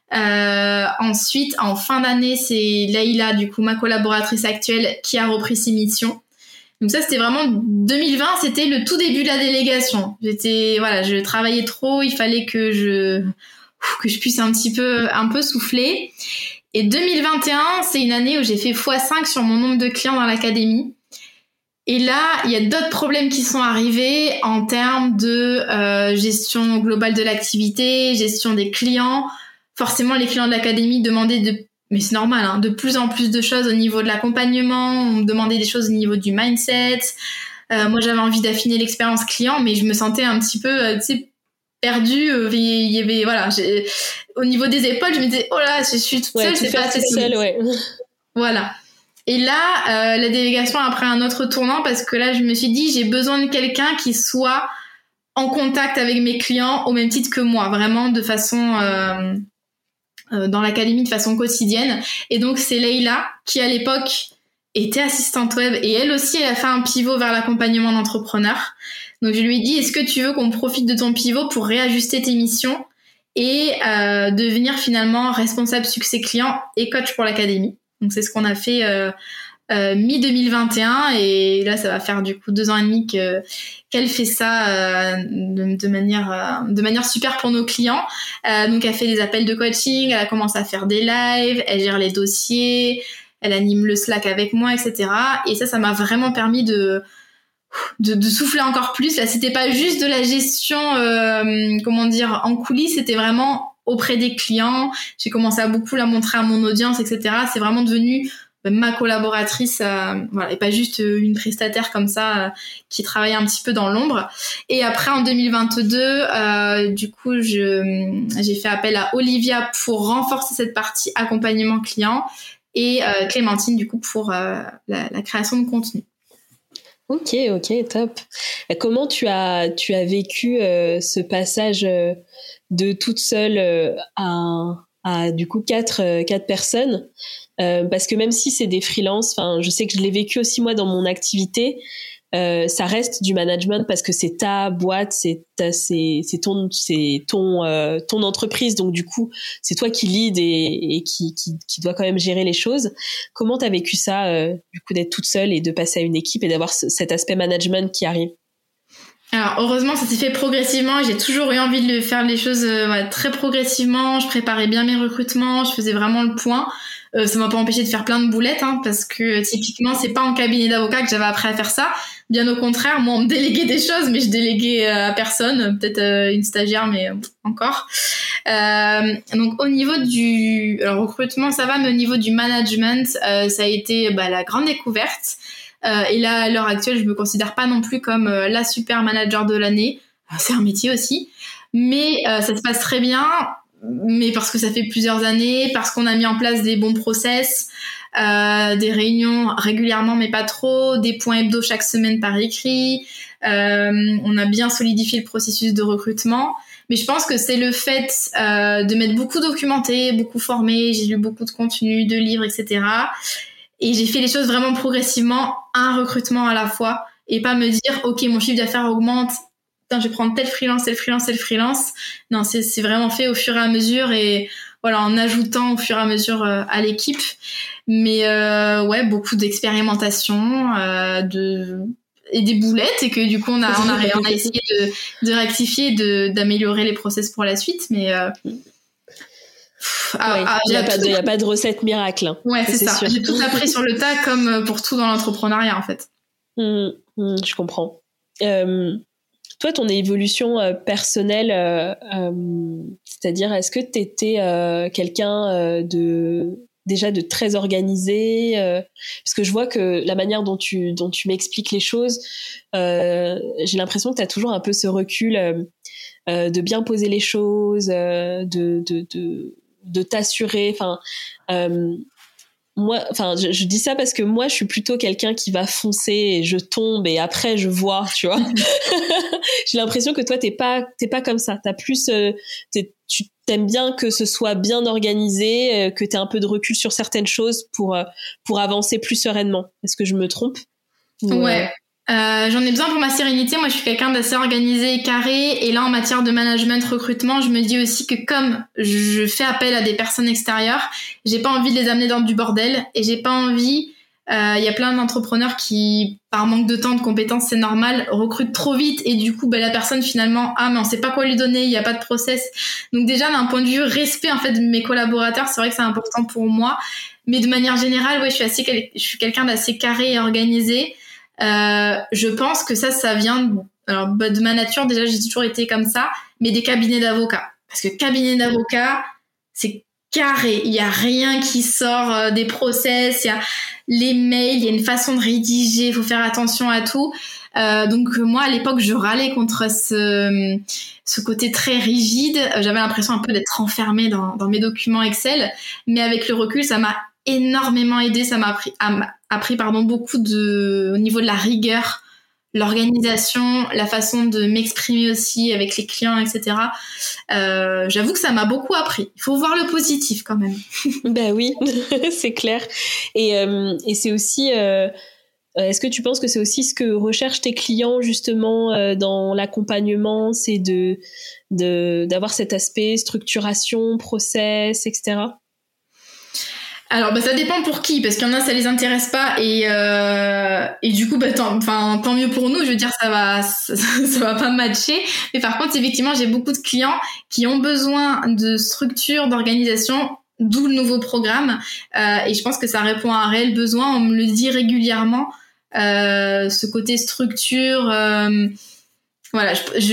S2: Ensuite, en fin d'année, c'est Leïla, du coup, ma collaboratrice actuelle, qui a repris ses missions. Donc ça, c'était vraiment 2020, c'était le tout début de la délégation. Je travaillais trop, il fallait que je puisse un peu souffler. Et 2021, c'est une année où j'ai fait x5 sur mon nombre de clients dans l'académie. Et là, il y a d'autres problèmes qui sont arrivés en termes de gestion globale de l'activité, gestion des clients. Forcément, les clients de l'académie demandaient mais c'est normal, hein, de plus en plus de choses au niveau de l'accompagnement, on me demandait des choses au niveau du mindset. Moi, j'avais envie d'affiner l'expérience client, mais je me sentais un petit peu, perdue. Il y avait, voilà, au niveau des épaules, je me disais, oh là, je suis toute seule, c'est pas assez seule,
S1: ouais.
S2: Voilà. Et là, la délégation a pris un autre tournant parce que là, je me suis dit, j'ai besoin de quelqu'un qui soit en contact avec mes clients au même titre que moi, vraiment de façon dans l'académie de façon quotidienne. Et donc c'est Leïla qui à l'époque était assistante web et elle aussi elle a fait un pivot vers l'accompagnement d'entrepreneurs. Donc je lui ai dit, est-ce que tu veux qu'on profite de ton pivot pour réajuster tes missions et devenir finalement responsable succès client et coach pour l'académie. Donc c'est ce qu'on a fait mi-2021 et là ça va faire du coup 2 ans et demi qu'elle fait ça de manière super pour nos clients. Donc elle fait des appels de coaching, elle a commencé à faire des lives, elle gère les dossiers, elle anime le Slack avec moi, etc. Et ça m'a vraiment permis de souffler encore plus. Là, c'était pas juste de la gestion, en coulisses, c'était vraiment auprès des clients. J'ai commencé à beaucoup la montrer à mon audience, etc. C'est vraiment devenu ma collaboratrice, et pas juste une prestataire comme ça qui travaille un petit peu dans l'ombre. Et après, en 2022, du coup, j'ai fait appel à Olivia pour renforcer cette partie accompagnement client. et Clémentine du coup pour la création de contenu.
S1: Ok, top. Et comment tu as vécu ce passage de toute seule à du coup quatre personnes, parce que même si c'est des freelances, enfin je sais que je l'ai vécu aussi moi dans mon activité, ça reste du management parce que c'est ta boîte, c'est ton entreprise, donc du coup c'est toi qui lead et qui doit quand même gérer les choses. Comment t'as vécu ça, du coup d'être toute seule et de passer à une équipe et d'avoir cet aspect management qui arrive?
S2: Alors heureusement ça s'est fait progressivement, j'ai toujours eu envie de faire les choses très progressivement, je préparais bien mes recrutements, je faisais vraiment le point. Ça m'a pas empêché de faire plein de boulettes, parce que typiquement c'est pas en cabinet d'avocat que j'avais appris à faire ça. Bien au contraire, moi on me déléguait des choses, mais je déléguais à personne, peut-être une stagiaire, mais encore. Donc au niveau du recrutement ça va, mais au niveau du management, ça a été la grande découverte. Et là à l'heure actuelle je me considère pas non plus comme la super manager de l'année. C'est un métier aussi, mais ça se passe très bien. Mais parce que ça fait plusieurs années, parce qu'on a mis en place des bons process, des réunions régulièrement mais pas trop, des points hebdo chaque semaine par écrit, on a bien solidifié le processus de recrutement. Mais je pense que c'est le fait de m'être beaucoup documentée, beaucoup formée, j'ai lu beaucoup de contenu, de livres, etc. Et j'ai fait les choses vraiment progressivement, un recrutement à la fois, et pas me dire ok mon chiffre d'affaires augmente, je vais prendre tel freelance. Non, c'est vraiment fait au fur et à mesure et voilà, en ajoutant au fur et à mesure à l'équipe. Mais beaucoup d'expérimentation, et des boulettes, et que du coup on a essayé de rectifier, d'améliorer les process pour la suite. Mais
S1: il n'y a pas de recette miracle.
S2: Ouais, c'est ça. Sûr. J'ai tout appris sur le tas, comme pour tout dans l'entrepreneuriat en fait.
S1: Je comprends. Toi, ton évolution personnelle, c'est-à-dire, est-ce que tu étais quelqu'un de très organisé, parce que je vois que la manière dont tu m'expliques les choses, j'ai l'impression que tu as toujours un peu ce recul de bien poser les choses, de t'assurer. Je dis ça parce que moi, je suis plutôt quelqu'un qui va foncer et je tombe et après je vois, tu vois. J'ai l'impression que toi, t'es pas comme ça. T'as plus, tu t'aimes bien que ce soit bien organisé, que t'aies un peu de recul sur certaines choses pour avancer plus sereinement. Est-ce que je me trompe?
S2: Ouais. J'en ai besoin pour ma sérénité. Moi, je suis quelqu'un d'assez organisé et carré. Et là, en matière de management, recrutement, je me dis aussi que comme je fais appel à des personnes extérieures, j'ai pas envie de les amener dans du bordel. Et j'ai pas envie... Il y a plein d'entrepreneurs qui, par manque de temps, de compétences, c'est normal, recrutent trop vite. Et du coup, la personne, finalement, mais on sait pas quoi lui donner, il y a pas de process. Donc déjà, d'un point de vue respect, en fait, de mes collaborateurs, c'est vrai que c'est important pour moi. Mais de manière générale, je suis quelqu'un d'assez carré et organisé. Je pense que ça vient de ma nature. Déjà, j'ai toujours été comme ça, mais des cabinets d'avocats. Parce que cabinet d'avocats, c'est carré. Il y a rien qui sort des process. Il y a les mails, il y a une façon de rédiger. Il faut faire attention à tout. Donc moi, à l'époque, je râlais contre ce côté très rigide. J'avais l'impression un peu d'être enfermée dans mes documents Excel. Mais avec le recul, ça m'a énormément aidé. Ça m'a appris beaucoup au niveau de la rigueur, l'organisation, la façon de m'exprimer aussi avec les clients, etc. J'avoue que ça m'a beaucoup appris. Il faut voir le positif quand même.
S1: Ben oui, c'est clair. Et c'est aussi... est-ce que tu penses que c'est aussi ce que recherchent tes clients justement dans l'accompagnement, c'est d'avoir cet aspect structuration, process, etc.
S2: Alors ça dépend pour qui, parce qu'il y en a ça les intéresse pas et du coup tant mieux pour nous, je veux dire ça va pas matcher. Mais par contre effectivement j'ai beaucoup de clients qui ont besoin de structure, d'organisation, d'où le nouveau programme et je pense que ça répond à un réel besoin. On me le dit régulièrement, ce côté structure. Voilà,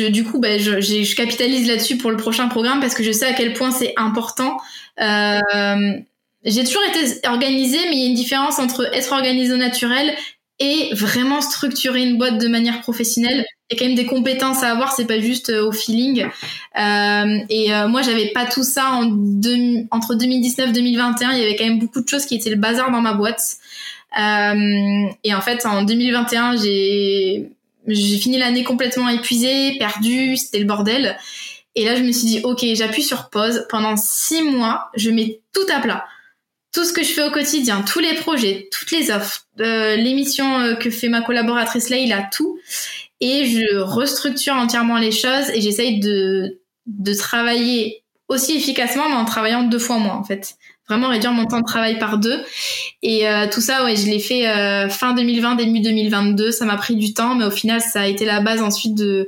S2: je capitalise là-dessus pour le prochain programme parce que je sais à quel point c'est important. J'ai toujours été organisée, mais il y a une différence entre être organisée au naturel et vraiment structurer une boîte de manière professionnelle. Il y a quand même des compétences à avoir, c'est pas juste au feeling. Moi, j'avais pas tout ça entre 2019 et 2021. Il y avait quand même beaucoup de choses qui étaient le bazar dans ma boîte. Et en fait, en 2021, j'ai fini l'année complètement épuisée, perdue, c'était le bordel. Et là, je me suis dit, ok, j'appuie sur pause. Pendant 6 mois, je mets tout à plat. Tout ce que je fais au quotidien, tous les projets, toutes les offres, l'émission que fait ma collaboratrice Leïla, tout. Et je restructure entièrement les choses et j'essaye de travailler aussi efficacement, mais en travaillant 2 fois moins, en fait. Vraiment réduire mon temps de travail par 2. Et tout ça, ouais, je l'ai fait fin 2020, début 2022. Ça m'a pris du temps, mais au final, ça a été la base ensuite de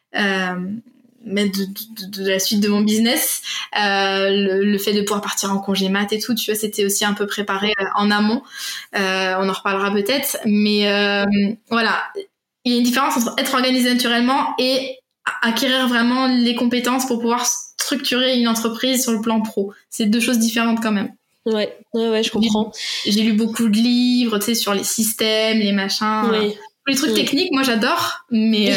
S2: la suite de mon business. Le fait de pouvoir partir en congé mat et tout, tu vois, c'était aussi un peu préparé en amont. On en reparlera peut-être. Mais voilà, il y a une différence entre être organisé naturellement et acquérir vraiment les compétences pour pouvoir structurer une entreprise sur le plan pro. C'est 2 choses différentes quand même.
S1: Ouais, je comprends.
S2: J'ai lu beaucoup de livres, tu sais, sur les systèmes, les machins.
S1: Oui.
S2: Les trucs techniques, moi j'adore, mais...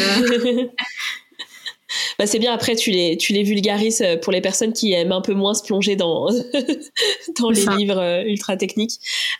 S1: Bah, c'est bien, après tu les vulgarises pour les personnes qui aiment un peu moins se plonger dans les livres ultra techniques.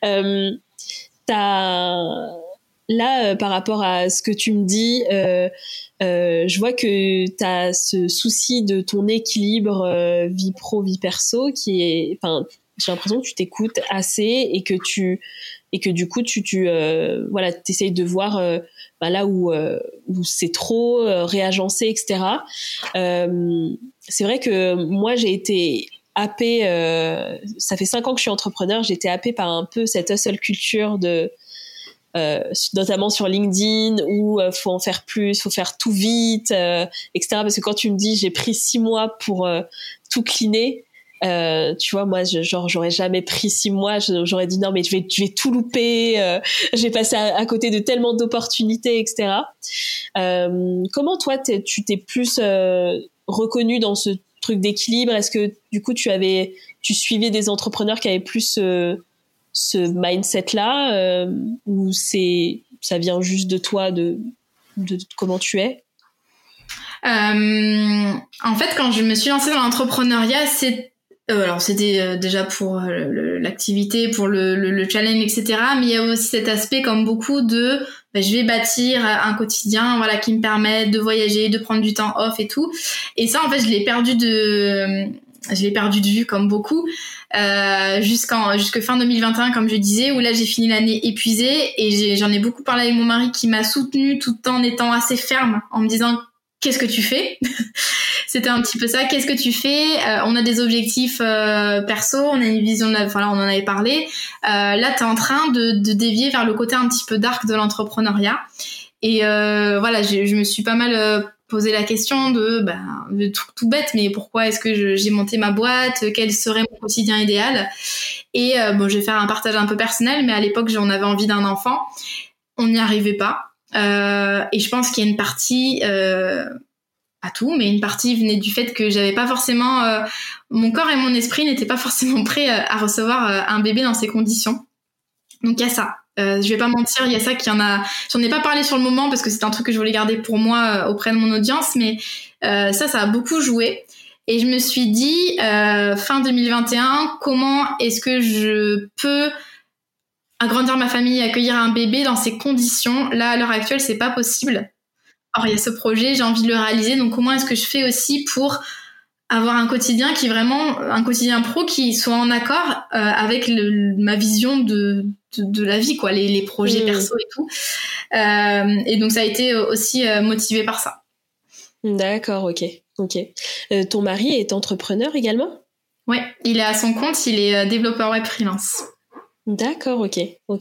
S1: Là, par rapport à ce que tu me dis, je vois que tu as ce souci de ton équilibre vie pro, vie perso qui est... Enfin, j'ai l'impression que tu t'écoutes assez et que du coup, voilà, t'essayes de voir là où c'est trop réagencé, etc. C'est vrai que moi, j'ai été happée, ça fait 5 ans que je suis entrepreneur, j'ai été happée par un peu cette hustle culture notamment sur LinkedIn où faut en faire plus, faut faire tout vite, etc. Parce que quand tu me dis j'ai pris 6 mois pour tout cleaner, tu vois, moi j'aurais jamais pris 6 mois, j'aurais dit non mais je vais tout louper, je vais passer à côté de tellement d'opportunités, etc. Comment toi tu t'es plus reconnu dans ce truc d'équilibre? Est-ce que du coup tu suivais des entrepreneurs qui avaient plus ce mindset-là, ou ça vient juste de toi, de comment tu es?
S2: En fait, quand je me suis lancée dans l'entrepreneuriat, alors c'était déjà pour l'activité, pour le challenge, etc. Mais il y a aussi cet aspect, comme beaucoup, de je vais bâtir un quotidien, voilà, qui me permet de voyager, de prendre du temps off et tout. Et ça, en fait, je l'ai perdu de vue, comme beaucoup, jusque fin 2021, comme je disais, où là j'ai fini l'année épuisée et j'en ai beaucoup parlé avec mon mari qui m'a soutenue tout en étant assez ferme, en me disant qu'est-ce que tu fais? C'était un petit peu ça, qu'est-ce que tu fais? On a des objectifs perso, on a une vision, enfin là on en avait parlé. Là t'es en train de dévier vers le côté un petit peu dark de l'entrepreneuriat. Et voilà, je me suis pas mal poser la question de tout bête, mais pourquoi est-ce que j'ai monté ma boîte, quel serait mon quotidien idéal? Et je vais faire un partage un peu personnel, mais à l'époque on avait envie d'un enfant, on n'y arrivait pas, et je pense qu'il y a une partie, pas tout, mais une partie venait du fait que j'avais pas forcément, mon corps et mon esprit n'étaient pas forcément prêts à recevoir un bébé dans ces conditions. Donc il y a ça. Je vais pas mentir, il y a ça j'en ai pas parlé sur le moment parce que c'était un truc que je voulais garder pour moi auprès de mon audience, mais ça a beaucoup joué. Et je me suis dit, fin 2021, comment est-ce que je peux agrandir ma famille, accueillir un bébé dans ces conditions? Là, à l'heure actuelle, c'est pas possible. Or, il y a ce projet, j'ai envie de le réaliser, donc comment est-ce que je fais aussi pour avoir un quotidien qui est vraiment un quotidien pro qui soit en accord avec ma vision de la vie, quoi, les projets perso et tout. Et donc ça a été aussi motivé par ça.
S1: D'accord, ok. Ton mari est entrepreneur également?
S2: Ouais, il est à son compte, il est développeur web freelance.
S1: D'accord, ok.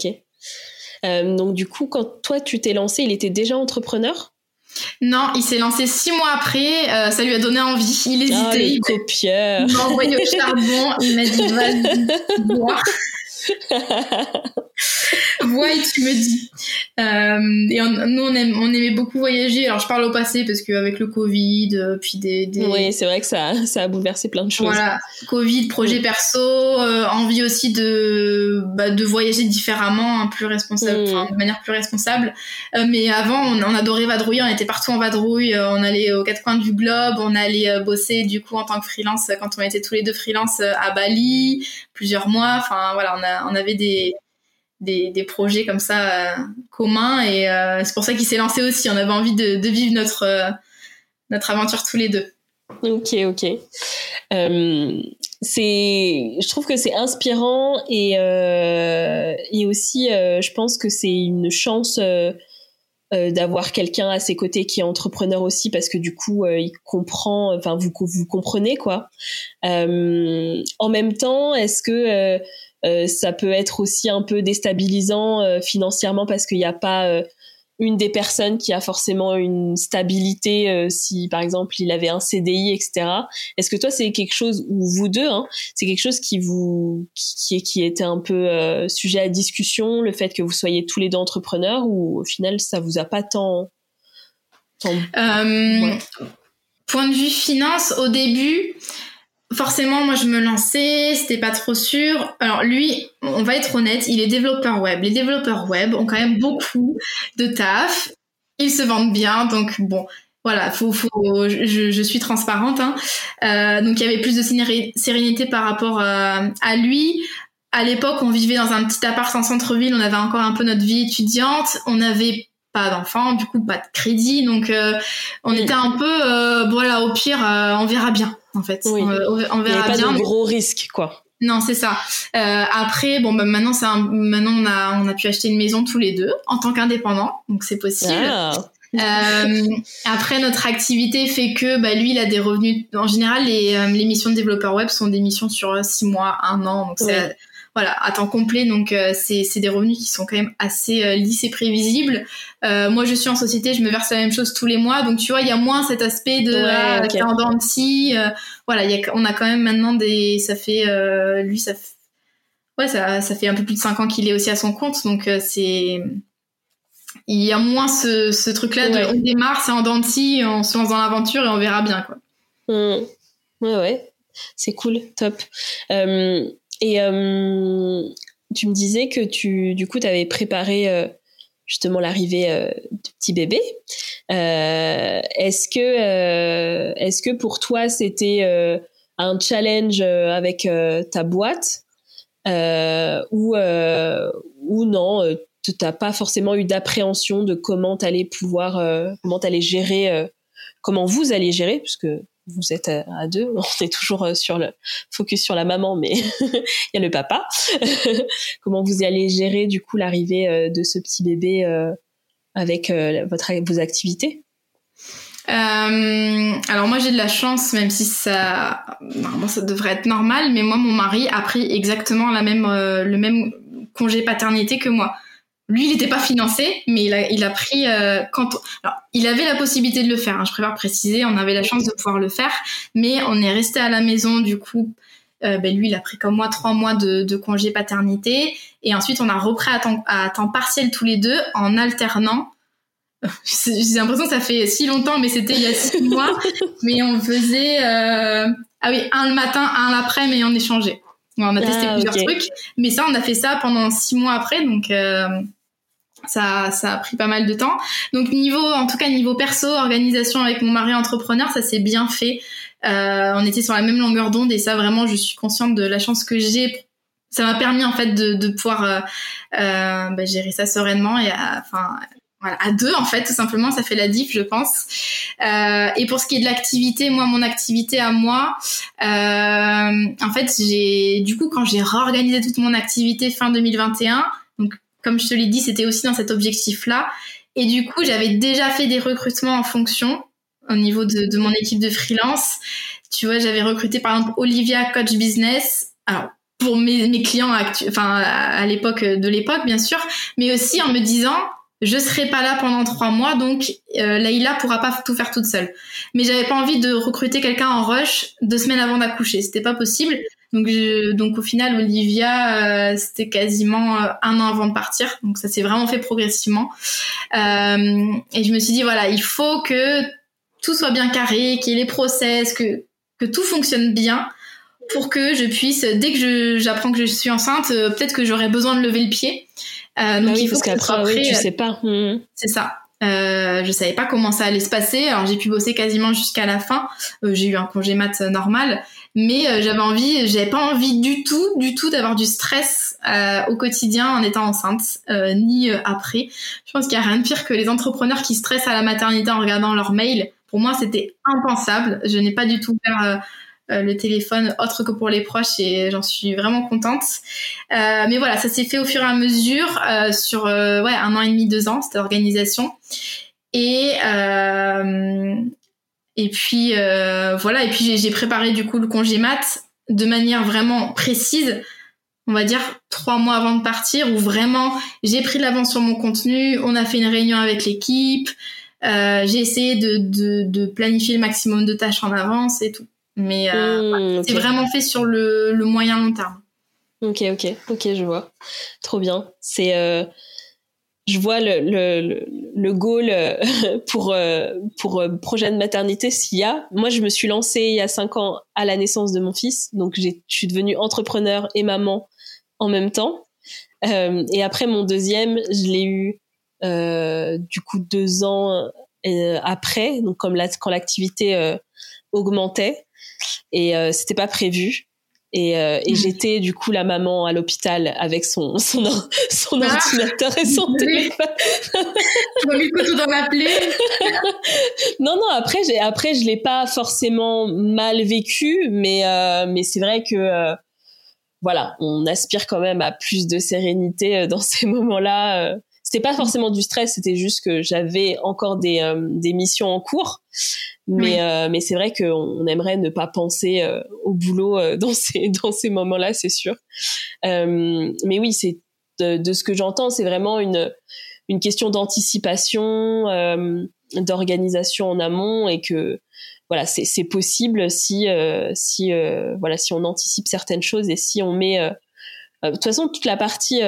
S1: Donc du coup, quand toi tu t'es lancé, il était déjà entrepreneur?
S2: Non, il s'est lancé 6 mois après, ça lui a donné envie, il hésitait.
S1: Ah, le copieur.
S2: Il m'a envoyé au charbon, il m'a dit vas-y, bois. vois et tu me dis. Nous, on aimait beaucoup voyager. Alors, je parle au passé parce qu'avec le Covid, puis
S1: Oui, c'est vrai que ça a bouleversé plein de choses.
S2: Voilà, Covid, projet perso, envie aussi de voyager différemment, plus responsable, de manière plus responsable. Mais avant, on adorait vadrouiller, on était partout en vadrouille, on allait aux quatre coins du globe, on allait bosser du coup en tant que freelance quand on était tous les deux freelance à Bali, plusieurs mois. Enfin voilà, on avait des projets comme ça communs et c'est pour ça qu'il s'est lancé aussi. On avait envie de vivre notre aventure tous les deux.
S1: Ok. Je trouve que c'est inspirant et aussi, je pense que c'est une chance d'avoir quelqu'un à ses côtés qui est entrepreneur aussi parce que du coup, il comprend, enfin vous comprenez quoi. En même temps, est-ce que ça peut être aussi un peu déstabilisant financièrement parce qu'il n'y a pas une des personnes qui a forcément une stabilité si par exemple il avait un CDI, etc. Est-ce que toi c'est quelque chose, ou vous deux, c'est quelque chose qui était un peu sujet à discussion, le fait que vous soyez tous les deux entrepreneurs, ou au final ça vous a pas tant...
S2: Ouais. Point de vue finance, au début... Forcément, moi, je me lançais, c'était pas trop sûr. Alors lui, on va être honnête, il est développeur web. Les développeurs web ont quand même beaucoup de taf. Ils se vendent bien, donc bon, voilà, je suis transparente. Donc il y avait plus de sérénité par rapport à lui. À l'époque, on vivait dans un petit appart en centre-ville, on avait encore un peu notre vie étudiante, on n'avait pas d'enfants, du coup pas de crédit, donc on était un peu, voilà, au pire, on verra bien. En fait,
S1: oui.
S2: On verra bien.
S1: Il n'y avait pas de gros risques, quoi.
S2: Non, c'est ça. Après, bon, maintenant, maintenant, on a pu acheter une maison tous les deux en tant qu'indépendants, donc c'est possible. Après, notre activité fait que, lui, il a des revenus. En général, les missions de développeur web sont des missions sur 6 mois, 1 an, donc c'est voilà, à temps complet, donc c'est des revenus qui sont quand même assez lisses et prévisibles. Moi, je suis en société, je me verse la même chose tous les mois, donc tu vois, il y a moins cet aspect de c'est en dents de scie. Voilà, on a quand même maintenant ça fait ça fait un peu plus de 5 ans qu'il est aussi à son compte, donc il y a moins ce truc-là de on démarre, c'est en dents de scie, on se lance dans l'aventure et on verra bien, quoi.
S1: Ouais, c'est cool, top. Et tu me disais que du coup, t'avais préparé justement l'arrivée du petit bébé. Est-ce que pour toi, c'était un challenge avec ta boîte ou non, t'as pas forcément eu d'appréhension de comment t'allais gérer, comment vous alliez gérer, puisque vous êtes à deux, on est toujours sur le focus sur la maman, mais il y a le papa. Comment vous allez gérer du coup l'arrivée de ce petit bébé avec vos activités?
S2: Alors moi j'ai de la chance, même si normalement ça devrait être normal, mais moi mon mari a pris exactement le même congé paternité que moi. Lui, il n'était pas financé, mais il a pris alors, il avait la possibilité de le faire. Je préfère préciser, on avait la chance de pouvoir le faire, mais on est resté à la maison. Du coup, lui, il a pris comme moi 3 mois de congé paternité, et ensuite on a repris à temps partiel tous les deux en alternant. J'ai l'impression que ça fait si longtemps, mais c'était il y a 6 mois. Mais on faisait un le matin, un l'après, mais on échangeait. On a testé plusieurs trucs, mais ça, on a fait ça pendant 6 mois après, donc. Ça a pris pas mal de temps. Donc en tout cas niveau perso, organisation avec mon mari entrepreneur, ça s'est bien fait. On était sur la même longueur d'onde et ça vraiment, je suis consciente de la chance que j'ai. Ça m'a permis en fait de pouvoir gérer ça sereinement et à deux en fait, tout simplement, ça fait la diff, je pense. Et pour ce qui est de l'activité, mon activité à moi, en fait, quand j'ai réorganisé toute mon activité fin 2021, donc comme je te l'ai dit, c'était aussi dans cet objectif-là. Et du coup, j'avais déjà fait des recrutements en fonction au niveau de mon équipe de freelance. Tu vois, j'avais recruté par exemple Olivia, coach business. Alors, pour mes clients à l'époque bien sûr, mais aussi en me disant, je serai pas là pendant 3 mois, donc Leïla pourra pas tout faire toute seule. Mais j'avais pas envie de recruter quelqu'un en rush 2 semaines avant d'accoucher. C'était pas possible. Donc au final, Olivia, c'était quasiment 1 an avant de partir. Donc ça s'est vraiment fait progressivement. Et je me suis dit, voilà, il faut que tout soit bien carré, qu'il y ait les process, que tout fonctionne bien pour que je puisse, dès que j'apprends que je suis enceinte, peut-être que j'aurai besoin de lever le pied. Donc
S1: oui,
S2: il faut
S1: parce
S2: que ce soit
S1: qu'après,
S2: prêt.
S1: tu sais pas.
S2: C'est ça. Je savais pas comment ça allait se passer. Alors j'ai pu bosser quasiment jusqu'à la fin. J'ai eu un congé mat normal, mais j'avais pas envie du tout d'avoir du stress au quotidien en étant enceinte, ni après. Je pense qu'il y a rien de pire que les entrepreneurs qui stressent à la maternité en regardant leurs mails. Pour moi, c'était impensable. Je n'ai pas du tout ouvert le téléphone autre que pour les proches et j'en suis vraiment contente. Mais voilà, ça s'est fait au fur et à mesure sur 1 an et demi, 2 ans, cette organisation. Et puis voilà, et puis j'ai préparé du coup le congé mat de manière vraiment précise, on va dire 3 mois avant de partir, où vraiment j'ai pris de l'avance sur mon contenu, on a fait une réunion avec l'équipe, j'ai essayé de planifier le maximum de tâches en avance et tout. Mais
S1: Okay.
S2: c'est vraiment fait sur le moyen long terme.
S1: Ok, je vois. Trop bien. C'est, je vois le goal pour projet de maternité s'il y a. Moi, je me suis lancée il y a 5 ans à la naissance de mon fils, donc je suis devenue entrepreneur et maman en même temps. Et après mon deuxième, je l'ai eu du coup 2 ans après, donc quand l'activité augmentait. Et c'était pas prévu et j'étais du coup la maman à l'hôpital avec son ordinateur et son téléphone.
S2: Tu m'as mis le couteau dans la plaie.
S1: Non, après je l'ai pas forcément mal vécu, mais c'est vrai que voilà, on aspire quand même à plus de sérénité dans ces moments-là. C'était pas forcément du stress, c'était juste que j'avais encore des missions en cours. Mais c'est vrai qu'on aimerait ne pas penser au boulot dans ces moments-là, c'est sûr. Mais oui, c'est de ce que j'entends, c'est vraiment une question d'anticipation, d'organisation en amont, et que voilà, c'est possible si on anticipe certaines choses et si on met de toute façon toute la partie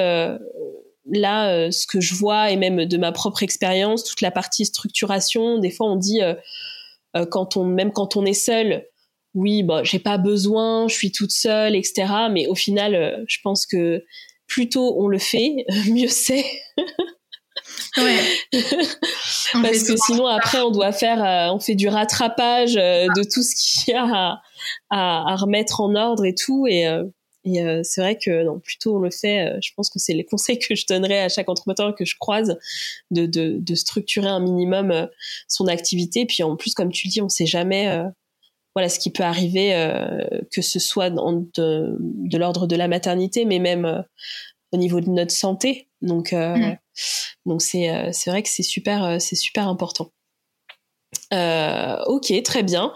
S1: là, ce que je vois, et même de ma propre expérience, toute la partie structuration, des fois on dit quand on est seul, oui, bon, j'ai pas besoin, je suis toute seule, etc. Mais au final, je pense que plus tôt on le fait, mieux c'est.
S2: Ouais.
S1: Parce que sinon après on fait du rattrapage de tout ce qu'il y a à remettre en ordre et tout, et c'est vrai que non, plus tôt on le fait, je pense que c'est les conseils que je donnerais à chaque entrepreneur que je croise, de structurer un minimum son activité. Puis en plus, comme tu le dis, on sait jamais voilà ce qui peut arriver, que ce soit de l'ordre de la maternité, mais même au niveau de notre santé. Donc c'est vrai que c'est super important. Ok, très bien.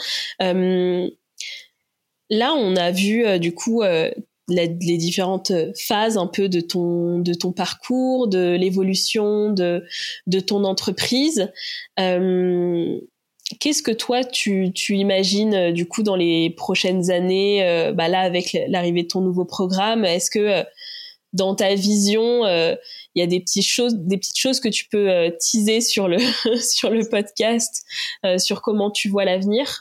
S1: Là, on a vu du coup les différentes phases un peu de ton parcours, de l'évolution de ton entreprise. Qu'est-ce que toi tu imagines du coup dans les prochaines années, là avec l'arrivée de ton nouveau programme? Est-ce que dans ta vision, il y a des petites choses que tu peux teaser sur le podcast, sur comment tu vois l'avenir?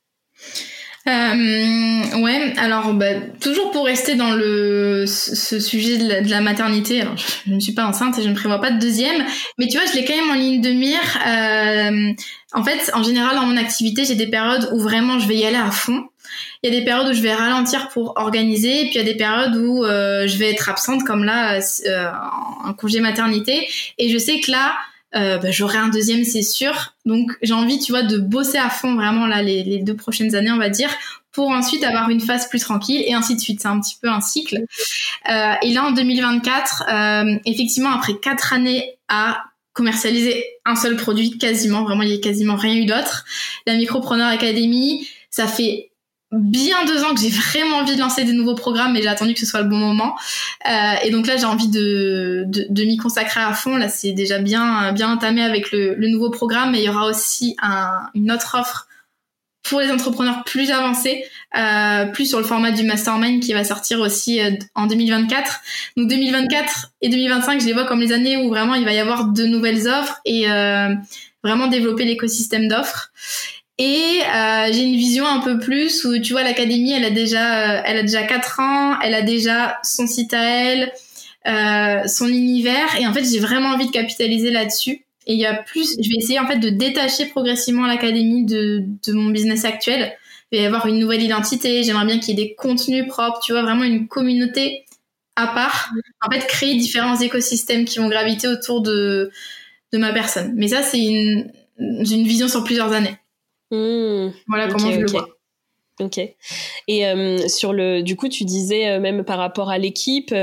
S2: Ouais, alors toujours pour rester dans ce sujet de la maternité. Alors, je ne suis pas enceinte et je ne prévois pas de deuxième, mais tu vois, je l'ai quand même en ligne de mire. En fait, en général, dans mon activité, j'ai des périodes où vraiment je vais y aller à fond. Il y a des périodes où je vais ralentir pour organiser, et puis il y a des périodes où je vais être absente, comme là, en congé maternité. Et je sais que là, j'aurai un deuxième, c'est sûr. Donc j'ai envie, tu vois, de bosser à fond vraiment là les 2 prochaines années, on va dire, pour ensuite avoir une phase plus tranquille, et ainsi de suite. C'est un petit peu un cycle. Et là, en 2024, effectivement, après 4 années à commercialiser un seul produit, quasiment, vraiment, il n'y a quasiment rien eu d'autre. La Micropreneur Academy, ça fait bien 2 ans que j'ai vraiment envie de lancer des nouveaux programmes, mais j'ai attendu que ce soit le bon moment. Et donc là, j'ai envie de m'y consacrer à fond. Là, c'est déjà bien entamé avec le nouveau programme, mais il y aura aussi une autre offre pour les entrepreneurs plus avancés, plus sur le format du mastermind qui va sortir aussi en 2024. Donc 2024 et 2025, je les vois comme les années où vraiment il va y avoir de nouvelles offres et vraiment développer l'écosystème d'offres. Et j'ai une vision un peu plus où tu vois l'académie, elle a déjà 4 ans, elle a déjà son site à elle, son univers, et en fait j'ai vraiment envie de capitaliser là-dessus. Et il y a plus, je vais essayer en fait de détacher progressivement l'académie de mon business actuel. Il va y avoir une nouvelle identité, j'aimerais bien qu'il y ait des contenus propres, tu vois, vraiment une communauté à part. En fait, créer différents écosystèmes qui vont graviter autour de ma personne. Mais ça, c'est une vision sur plusieurs années. Voilà comment je le vois.
S1: Ok. Et du coup, tu disais même par rapport à l'équipe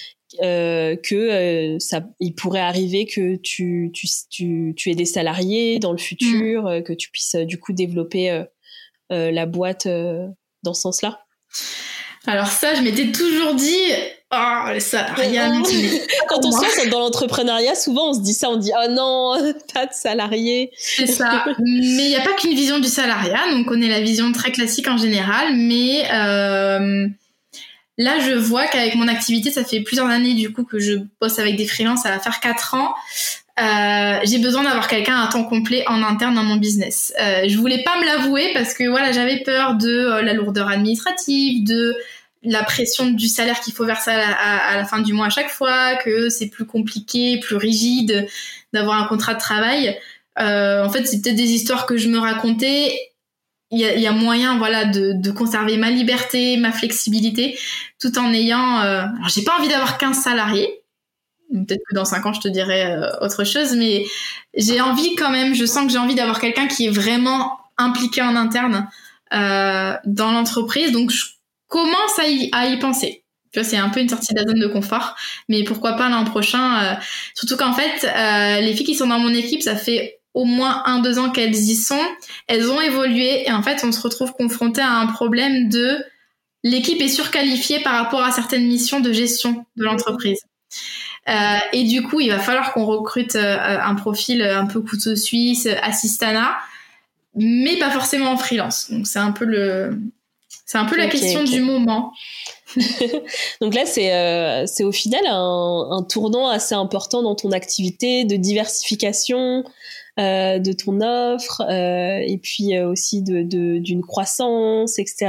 S1: que il pourrait arriver que tu aies des salariés dans le futur, que tu puisses du coup développer la boîte dans ce sens-là.
S2: Alors ça, je m'étais toujours dit, les salariés.
S1: Quand on se lance dans l'entrepreneuriat, souvent on se dit ça, on dit oh non, pas de salariés.
S2: C'est ça. Mais il n'y a pas qu'une vision du salariat, donc on est la vision très classique en général, mais là je vois qu'avec mon activité, ça fait plusieurs années du coup que je bosse avec des freelances, ça va faire 4 ans. J'ai besoin d'avoir quelqu'un à temps complet en interne dans mon business. Je voulais pas me l'avouer parce que voilà, j'avais peur de la lourdeur administrative, de la pression du salaire qu'il faut verser à la fin du mois à chaque fois, que c'est plus compliqué, plus rigide d'avoir un contrat de travail. En fait, c'est peut-être des histoires que je me racontais. Il y a moyen, voilà, de conserver ma liberté, ma flexibilité, tout en ayant... Alors, j'ai pas envie d'avoir 15 salariés. Peut-être que dans 5 ans, je te dirai autre chose, mais j'ai envie quand même, je sens que j'ai envie d'avoir quelqu'un qui est vraiment impliqué en interne dans l'entreprise. Donc, je commence à y penser. Tu vois, c'est un peu une sortie de la zone de confort, mais pourquoi pas l'an prochain. Surtout qu'en fait, les filles qui sont dans mon équipe, ça fait au moins 1-2 ans qu'elles y sont. Elles ont évolué et en fait, on se retrouve confronté à un problème de l'équipe est surqualifiée par rapport à certaines missions de gestion de l'entreprise. Et du coup, il va falloir qu'on recrute un profil un peu couteau suisse, assistana, mais pas forcément en freelance. Donc c'est un peu la question du moment.
S1: Donc là, c'est au final un tournant assez important dans ton activité de diversification de ton offre et puis aussi d'une croissance, etc.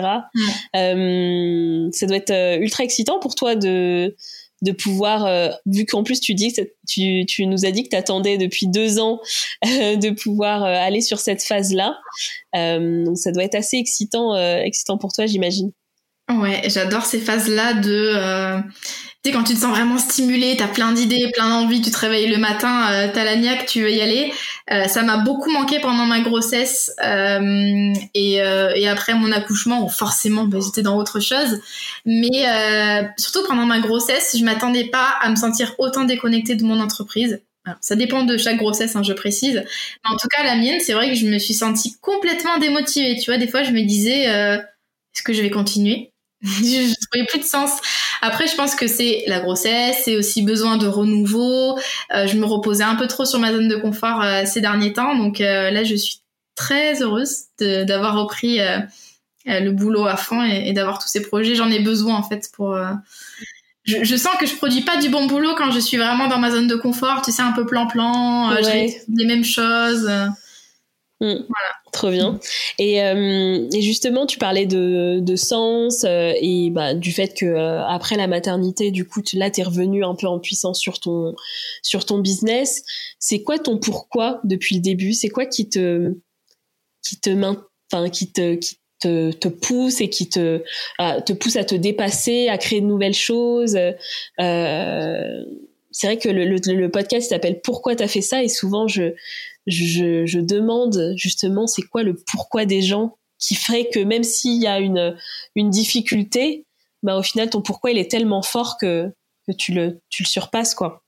S1: Ça doit être ultra excitant pour toi de pouvoir, vu qu'en plus tu dis que tu nous as dit que t'attendais depuis 2 ans de pouvoir aller sur cette phase-là. Donc ça doit être assez excitant pour toi, j'imagine.
S2: Ouais, j'adore ces phases-là de... tu sais, quand tu te sens vraiment stimulé, t'as plein d'idées, plein d'envies, tu te réveilles le matin, t'as la niaque, tu veux y aller. Ça m'a beaucoup manqué pendant ma grossesse et après mon accouchement, où forcément j'étais dans autre chose. Mais surtout pendant ma grossesse, je m'attendais pas à me sentir autant déconnectée de mon entreprise. Alors, ça dépend de chaque grossesse, je précise. Mais en tout cas, la mienne, c'est vrai que je me suis sentie complètement démotivée. Tu vois, des fois, je me disais, est-ce que je vais continuer ? Je trouvais plus de sens. Après, je pense que c'est la grossesse, c'est aussi besoin de renouveau. Je me reposais un peu trop sur ma zone de confort ces derniers temps. Donc là, je suis très heureuse d'avoir repris le boulot à fond et d'avoir tous ces projets. J'en ai besoin, en fait, pour... Je sens que je produis pas du bon boulot quand je suis vraiment dans ma zone de confort. Tu sais, un peu plan-plan,
S1: ouais.
S2: Je répète les mêmes choses.
S1: Voilà. Trop bien. Et justement, tu parlais de sens et du fait que après la maternité, du coup, là, t'es revenue un peu en puissance sur ton business. C'est quoi ton pourquoi depuis le début ? C'est quoi qui te pousse et qui te pousse à te dépasser, à créer de nouvelles choses. C'est vrai que le podcast s'appelle Pourquoi t'as fait ça, et souvent je demande justement c'est quoi le pourquoi des gens qui ferait que même s'il y a une difficulté, au final ton pourquoi il est tellement fort que tu le surpasses, quoi.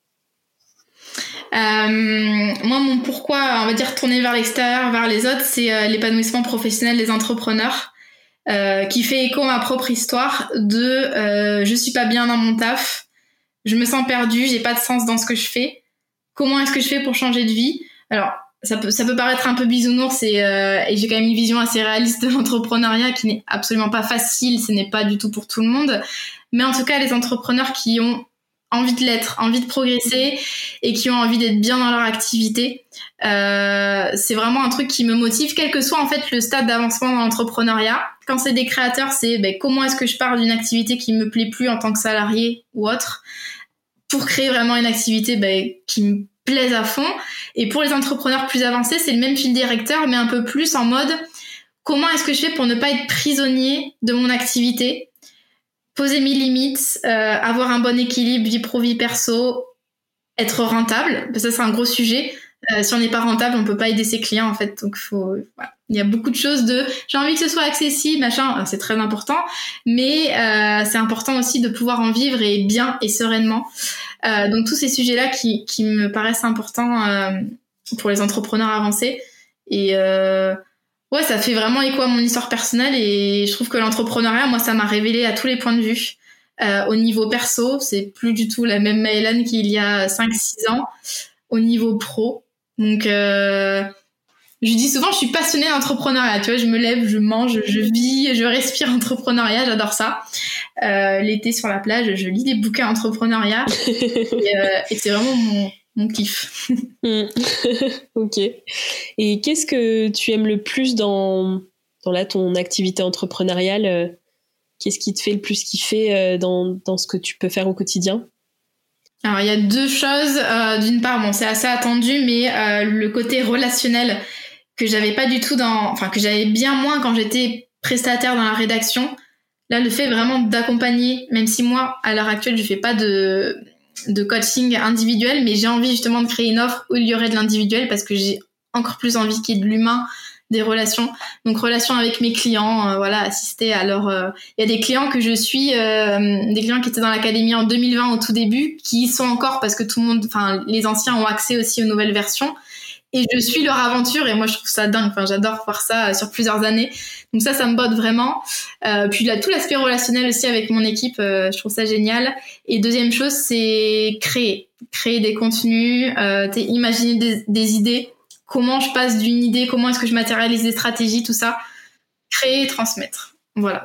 S2: Moi, mon pourquoi, on va dire tourner vers l'extérieur, vers les autres, c'est l'épanouissement professionnel des entrepreneurs, qui fait écho à ma propre histoire de je suis pas bien dans mon taf, je me sens perdue, j'ai pas de sens dans ce que je fais. Comment est-ce que je fais pour changer de vie ? Alors, ça peut paraître un peu bisounours et j'ai quand même une vision assez réaliste de l'entrepreneuriat qui n'est absolument pas facile, ce n'est pas du tout pour tout le monde. Mais en tout cas, les entrepreneurs qui ont envie de l'être, envie de progresser et qui ont envie d'être bien dans leur activité, c'est vraiment un truc qui me motive, quel que soit en fait le stade d'avancement dans l'entrepreneuriat. Quand c'est des créateurs, c'est comment est-ce que je pars d'une activité qui me plaît plus en tant que salarié ou autre pour créer vraiment une activité qui me plaise à fond. Et pour les entrepreneurs plus avancés, c'est le même fil directeur, mais un peu plus en mode comment est-ce que je fais pour ne pas être prisonnier de mon activité, poser mes limites, avoir un bon équilibre vie pro vie perso, être rentable. Ça c'est un gros sujet. Si on n'est pas rentable, on peut pas aider ses clients en fait. Donc voilà. Il y a beaucoup de choses j'ai envie que ce soit accessible, machin. Alors, c'est très important, mais c'est important aussi de pouvoir en vivre et bien et sereinement. Donc tous ces sujets-là qui me paraissent importants pour les entrepreneurs avancés. Et ouais, ça fait vraiment écho à mon histoire personnelle et je trouve que l'entrepreneuriat, moi, ça m'a révélé à tous les points de vue. Au niveau perso, c'est plus du tout la même Maëlane qu'il y a 5-6 ans. Au niveau pro, donc je dis souvent, je suis passionnée d'entrepreneuriat. Tu vois, je me lève, je mange, je vis, je respire entrepreneuriat. J'adore ça. L'été sur la plage, je lis des bouquins entrepreneuriat et c'est vraiment mon kiff.
S1: Ok. Et qu'est-ce que tu aimes le plus dans ton activité entrepreneuriale? Qu'est-ce qui te fait le plus kiffer dans ce que tu peux faire au quotidien?
S2: Alors, il y a deux choses. D'une part, c'est assez attendu, mais le côté relationnel que j'avais pas du tout que j'avais bien moins quand j'étais prestataire dans la rédaction. Là, le fait vraiment d'accompagner, même si moi, à l'heure actuelle, je fais pas de coaching individuel, mais j'ai envie justement de créer une offre où il y aurait de l'individuel parce que j'ai encore plus envie qu'il y ait de l'humain, des relations. Donc, relations avec mes clients, assister à leur... Il y a des clients que je suis, des clients qui étaient dans l'académie en 2020 au tout début, qui y sont encore parce que les anciens ont accès aussi aux nouvelles versions. Et je suis leur aventure et moi je trouve ça dingue. J'adore voir ça sur plusieurs années. Donc ça me botte vraiment. Puis tout l'aspect relationnel aussi avec mon équipe, je trouve ça génial. Et deuxième chose, c'est créer des contenus, imaginer des idées. Comment je passe d'une idée, comment est-ce que je matérialise des stratégies, tout ça. Créer et transmettre. Voilà,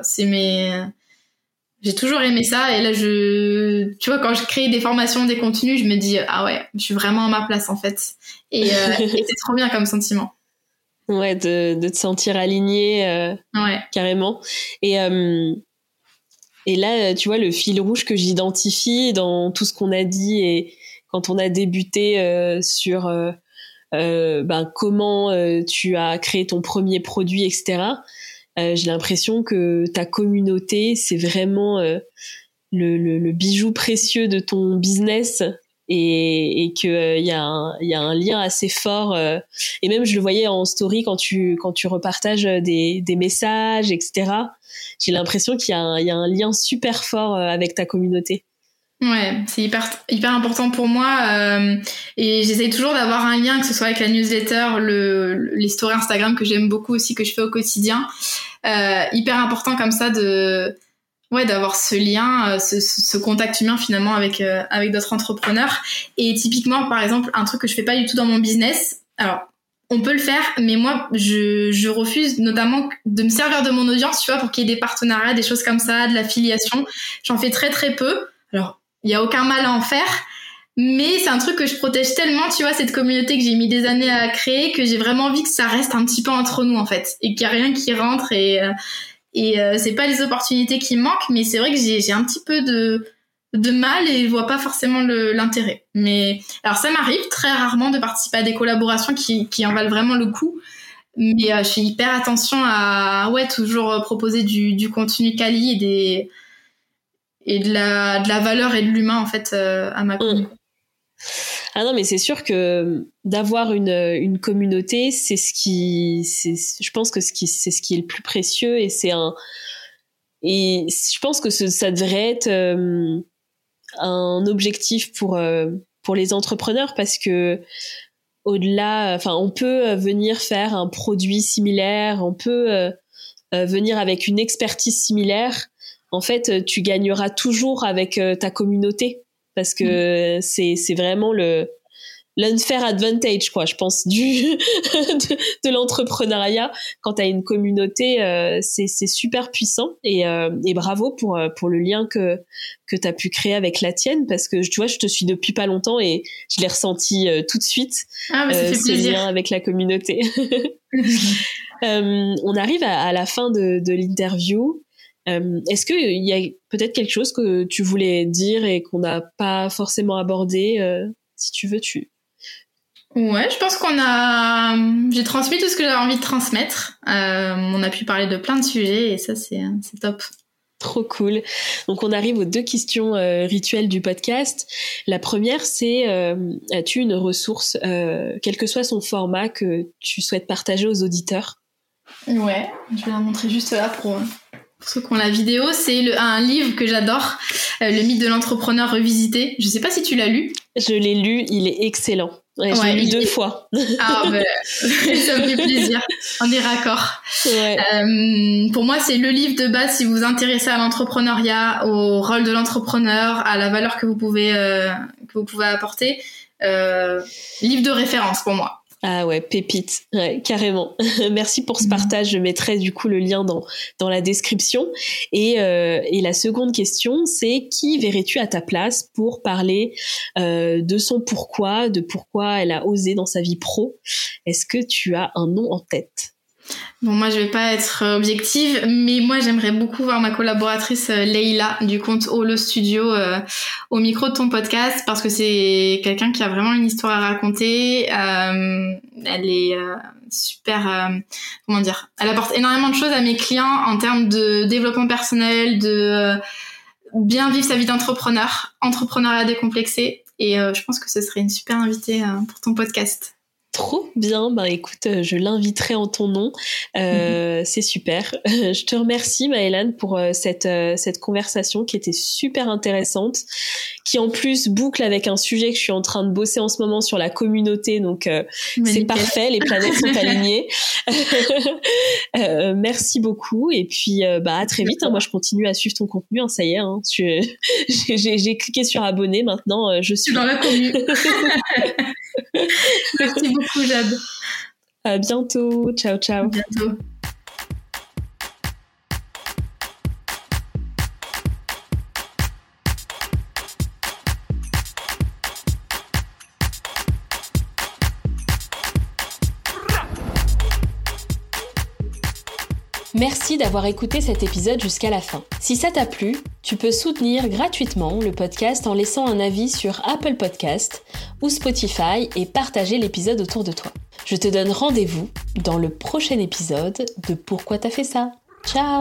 S2: j'ai toujours aimé ça et là tu vois, quand je crée des formations, des contenus, je me dis ah ouais, je suis vraiment à ma place en fait et c'est trop bien comme sentiment.
S1: Ouais, de te sentir aligné
S2: ouais.
S1: Carrément. Et là, tu vois, le fil rouge que j'identifie dans tout ce qu'on a dit et quand on a débuté sur comment tu as créé ton premier produit, etc. J'ai l'impression que ta communauté, c'est vraiment le bijou précieux de ton business et que y a un lien assez fort. Et même, je le voyais en story quand tu repartages des messages, etc. J'ai l'impression qu'il y a un lien super fort avec ta communauté.
S2: Ouais, c'est hyper important pour moi et j'essaye toujours d'avoir un lien, que ce soit avec la newsletter, les stories Instagram que j'aime beaucoup aussi, que je fais au quotidien. Hyper important comme ça d'avoir ce lien, ce contact humain finalement avec d'autres entrepreneurs. Et typiquement, par exemple, un truc que je fais pas du tout dans mon business. Alors, on peut le faire, mais moi, je refuse notamment de me servir de mon audience, tu vois, pour qu'il y ait des partenariats, des choses comme ça, de l'affiliation. J'en fais très très peu. Alors, il y a aucun mal à en faire, mais c'est un truc que je protège tellement, tu vois, cette communauté que j'ai mis des années à créer, que j'ai vraiment envie que ça reste un petit peu entre nous en fait, et qu'il y a rien qui rentre et c'est pas les opportunités qui me manquent, mais c'est vrai que j'ai un petit peu de mal et je vois pas forcément l'intérêt. Mais alors ça m'arrive très rarement de participer à des collaborations qui en valent vraiment le coup, mais je fais hyper attention à toujours proposer du contenu quali et de la valeur et de l'humain en fait à ma communauté.
S1: Ah non, mais c'est sûr que d'avoir une communauté, je pense que c'est ce qui est le plus précieux et et je pense que ça devrait être un objectif pour les entrepreneurs parce que au-delà, on peut venir faire un produit similaire, on peut venir avec une expertise similaire. En fait, tu gagneras toujours avec ta communauté parce que c'est vraiment l'unfair advantage, quoi, je pense, de l'entrepreneuriat. Quand t'as une communauté, c'est super puissant et bravo pour le lien que t'as pu créer avec la tienne, parce que tu vois, je te suis depuis pas longtemps et je l'ai ressenti tout de suite.
S2: Ah, mais ça fait plaisir.
S1: Ce lien avec la communauté. On arrive à la fin de l'interview. Est-ce que il y a peut-être quelque chose que tu voulais dire et qu'on n'a pas forcément abordé? Si tu veux,
S2: Ouais, je pense j'ai transmis tout ce que j'avais envie de transmettre. On a pu parler de plein de sujets et ça, c'est top.
S1: Trop cool. Donc, on arrive aux 2 questions rituelles du podcast. La première, c'est as-tu une ressource, quel que soit son format, que tu souhaites partager aux auditeurs?
S2: Ouais, je vais la montrer juste là pour ceux qui ont la vidéo. C'est un livre que j'adore, Le mythe de l'entrepreneur revisité. Je sais pas si tu l'as lu.
S1: Je l'ai lu, il est excellent. Ouais, je l'ai lu 2 fois.
S2: Ah, ben, ça me fait plaisir. On est raccord.
S1: Ouais.
S2: Pour moi, c'est le livre de base si vous vous intéressez à l'entrepreneuriat, au rôle de l'entrepreneur, à la valeur que vous pouvez apporter. Livre de référence pour moi.
S1: Ah ouais, pépite, ouais, carrément. Merci pour ce partage. Je mettrai du coup le lien dans la description. Et la seconde question, c'est qui verrais-tu à ta place pour parler de son pourquoi, de pourquoi elle a osé dans sa vie pro? Est-ce que tu as un nom en tête?
S2: Bon, moi, je vais pas être objective, mais moi, j'aimerais beaucoup voir ma collaboratrice Leïla du compte Holo Studio au micro de ton podcast, parce que c'est quelqu'un qui a vraiment une histoire à raconter. Elle est super, comment dire, elle apporte énormément de choses à mes clients en termes de développement personnel, de bien vivre sa vie entrepreneuriat décomplexé. Et je pense que ce serait une super invitée pour ton podcast.
S1: Trop bien, ben écoute, je l'inviterai en ton nom, c'est super. Je te remercie Maëlane pour cette conversation qui était super intéressante, qui en plus boucle avec un sujet que je suis en train de bosser en ce moment sur la communauté, donc c'est parfait, les planètes sont alignées. Merci beaucoup et puis à très vite, hein. Moi je continue à suivre ton contenu, hein, ça y est, hein. J'ai cliqué sur abonner, maintenant je suis
S2: dans la commu. Merci beaucoup Jade.
S1: À bientôt, ciao ciao.
S2: À bientôt.
S1: Merci d'avoir écouté cet épisode jusqu'à la fin. Si ça t'a plu, tu peux soutenir gratuitement le podcast en laissant un avis sur Apple Podcast ou Spotify et partager l'épisode autour de toi. Je te donne rendez-vous dans le prochain épisode de Pourquoi t'as fait ça ? Ciao !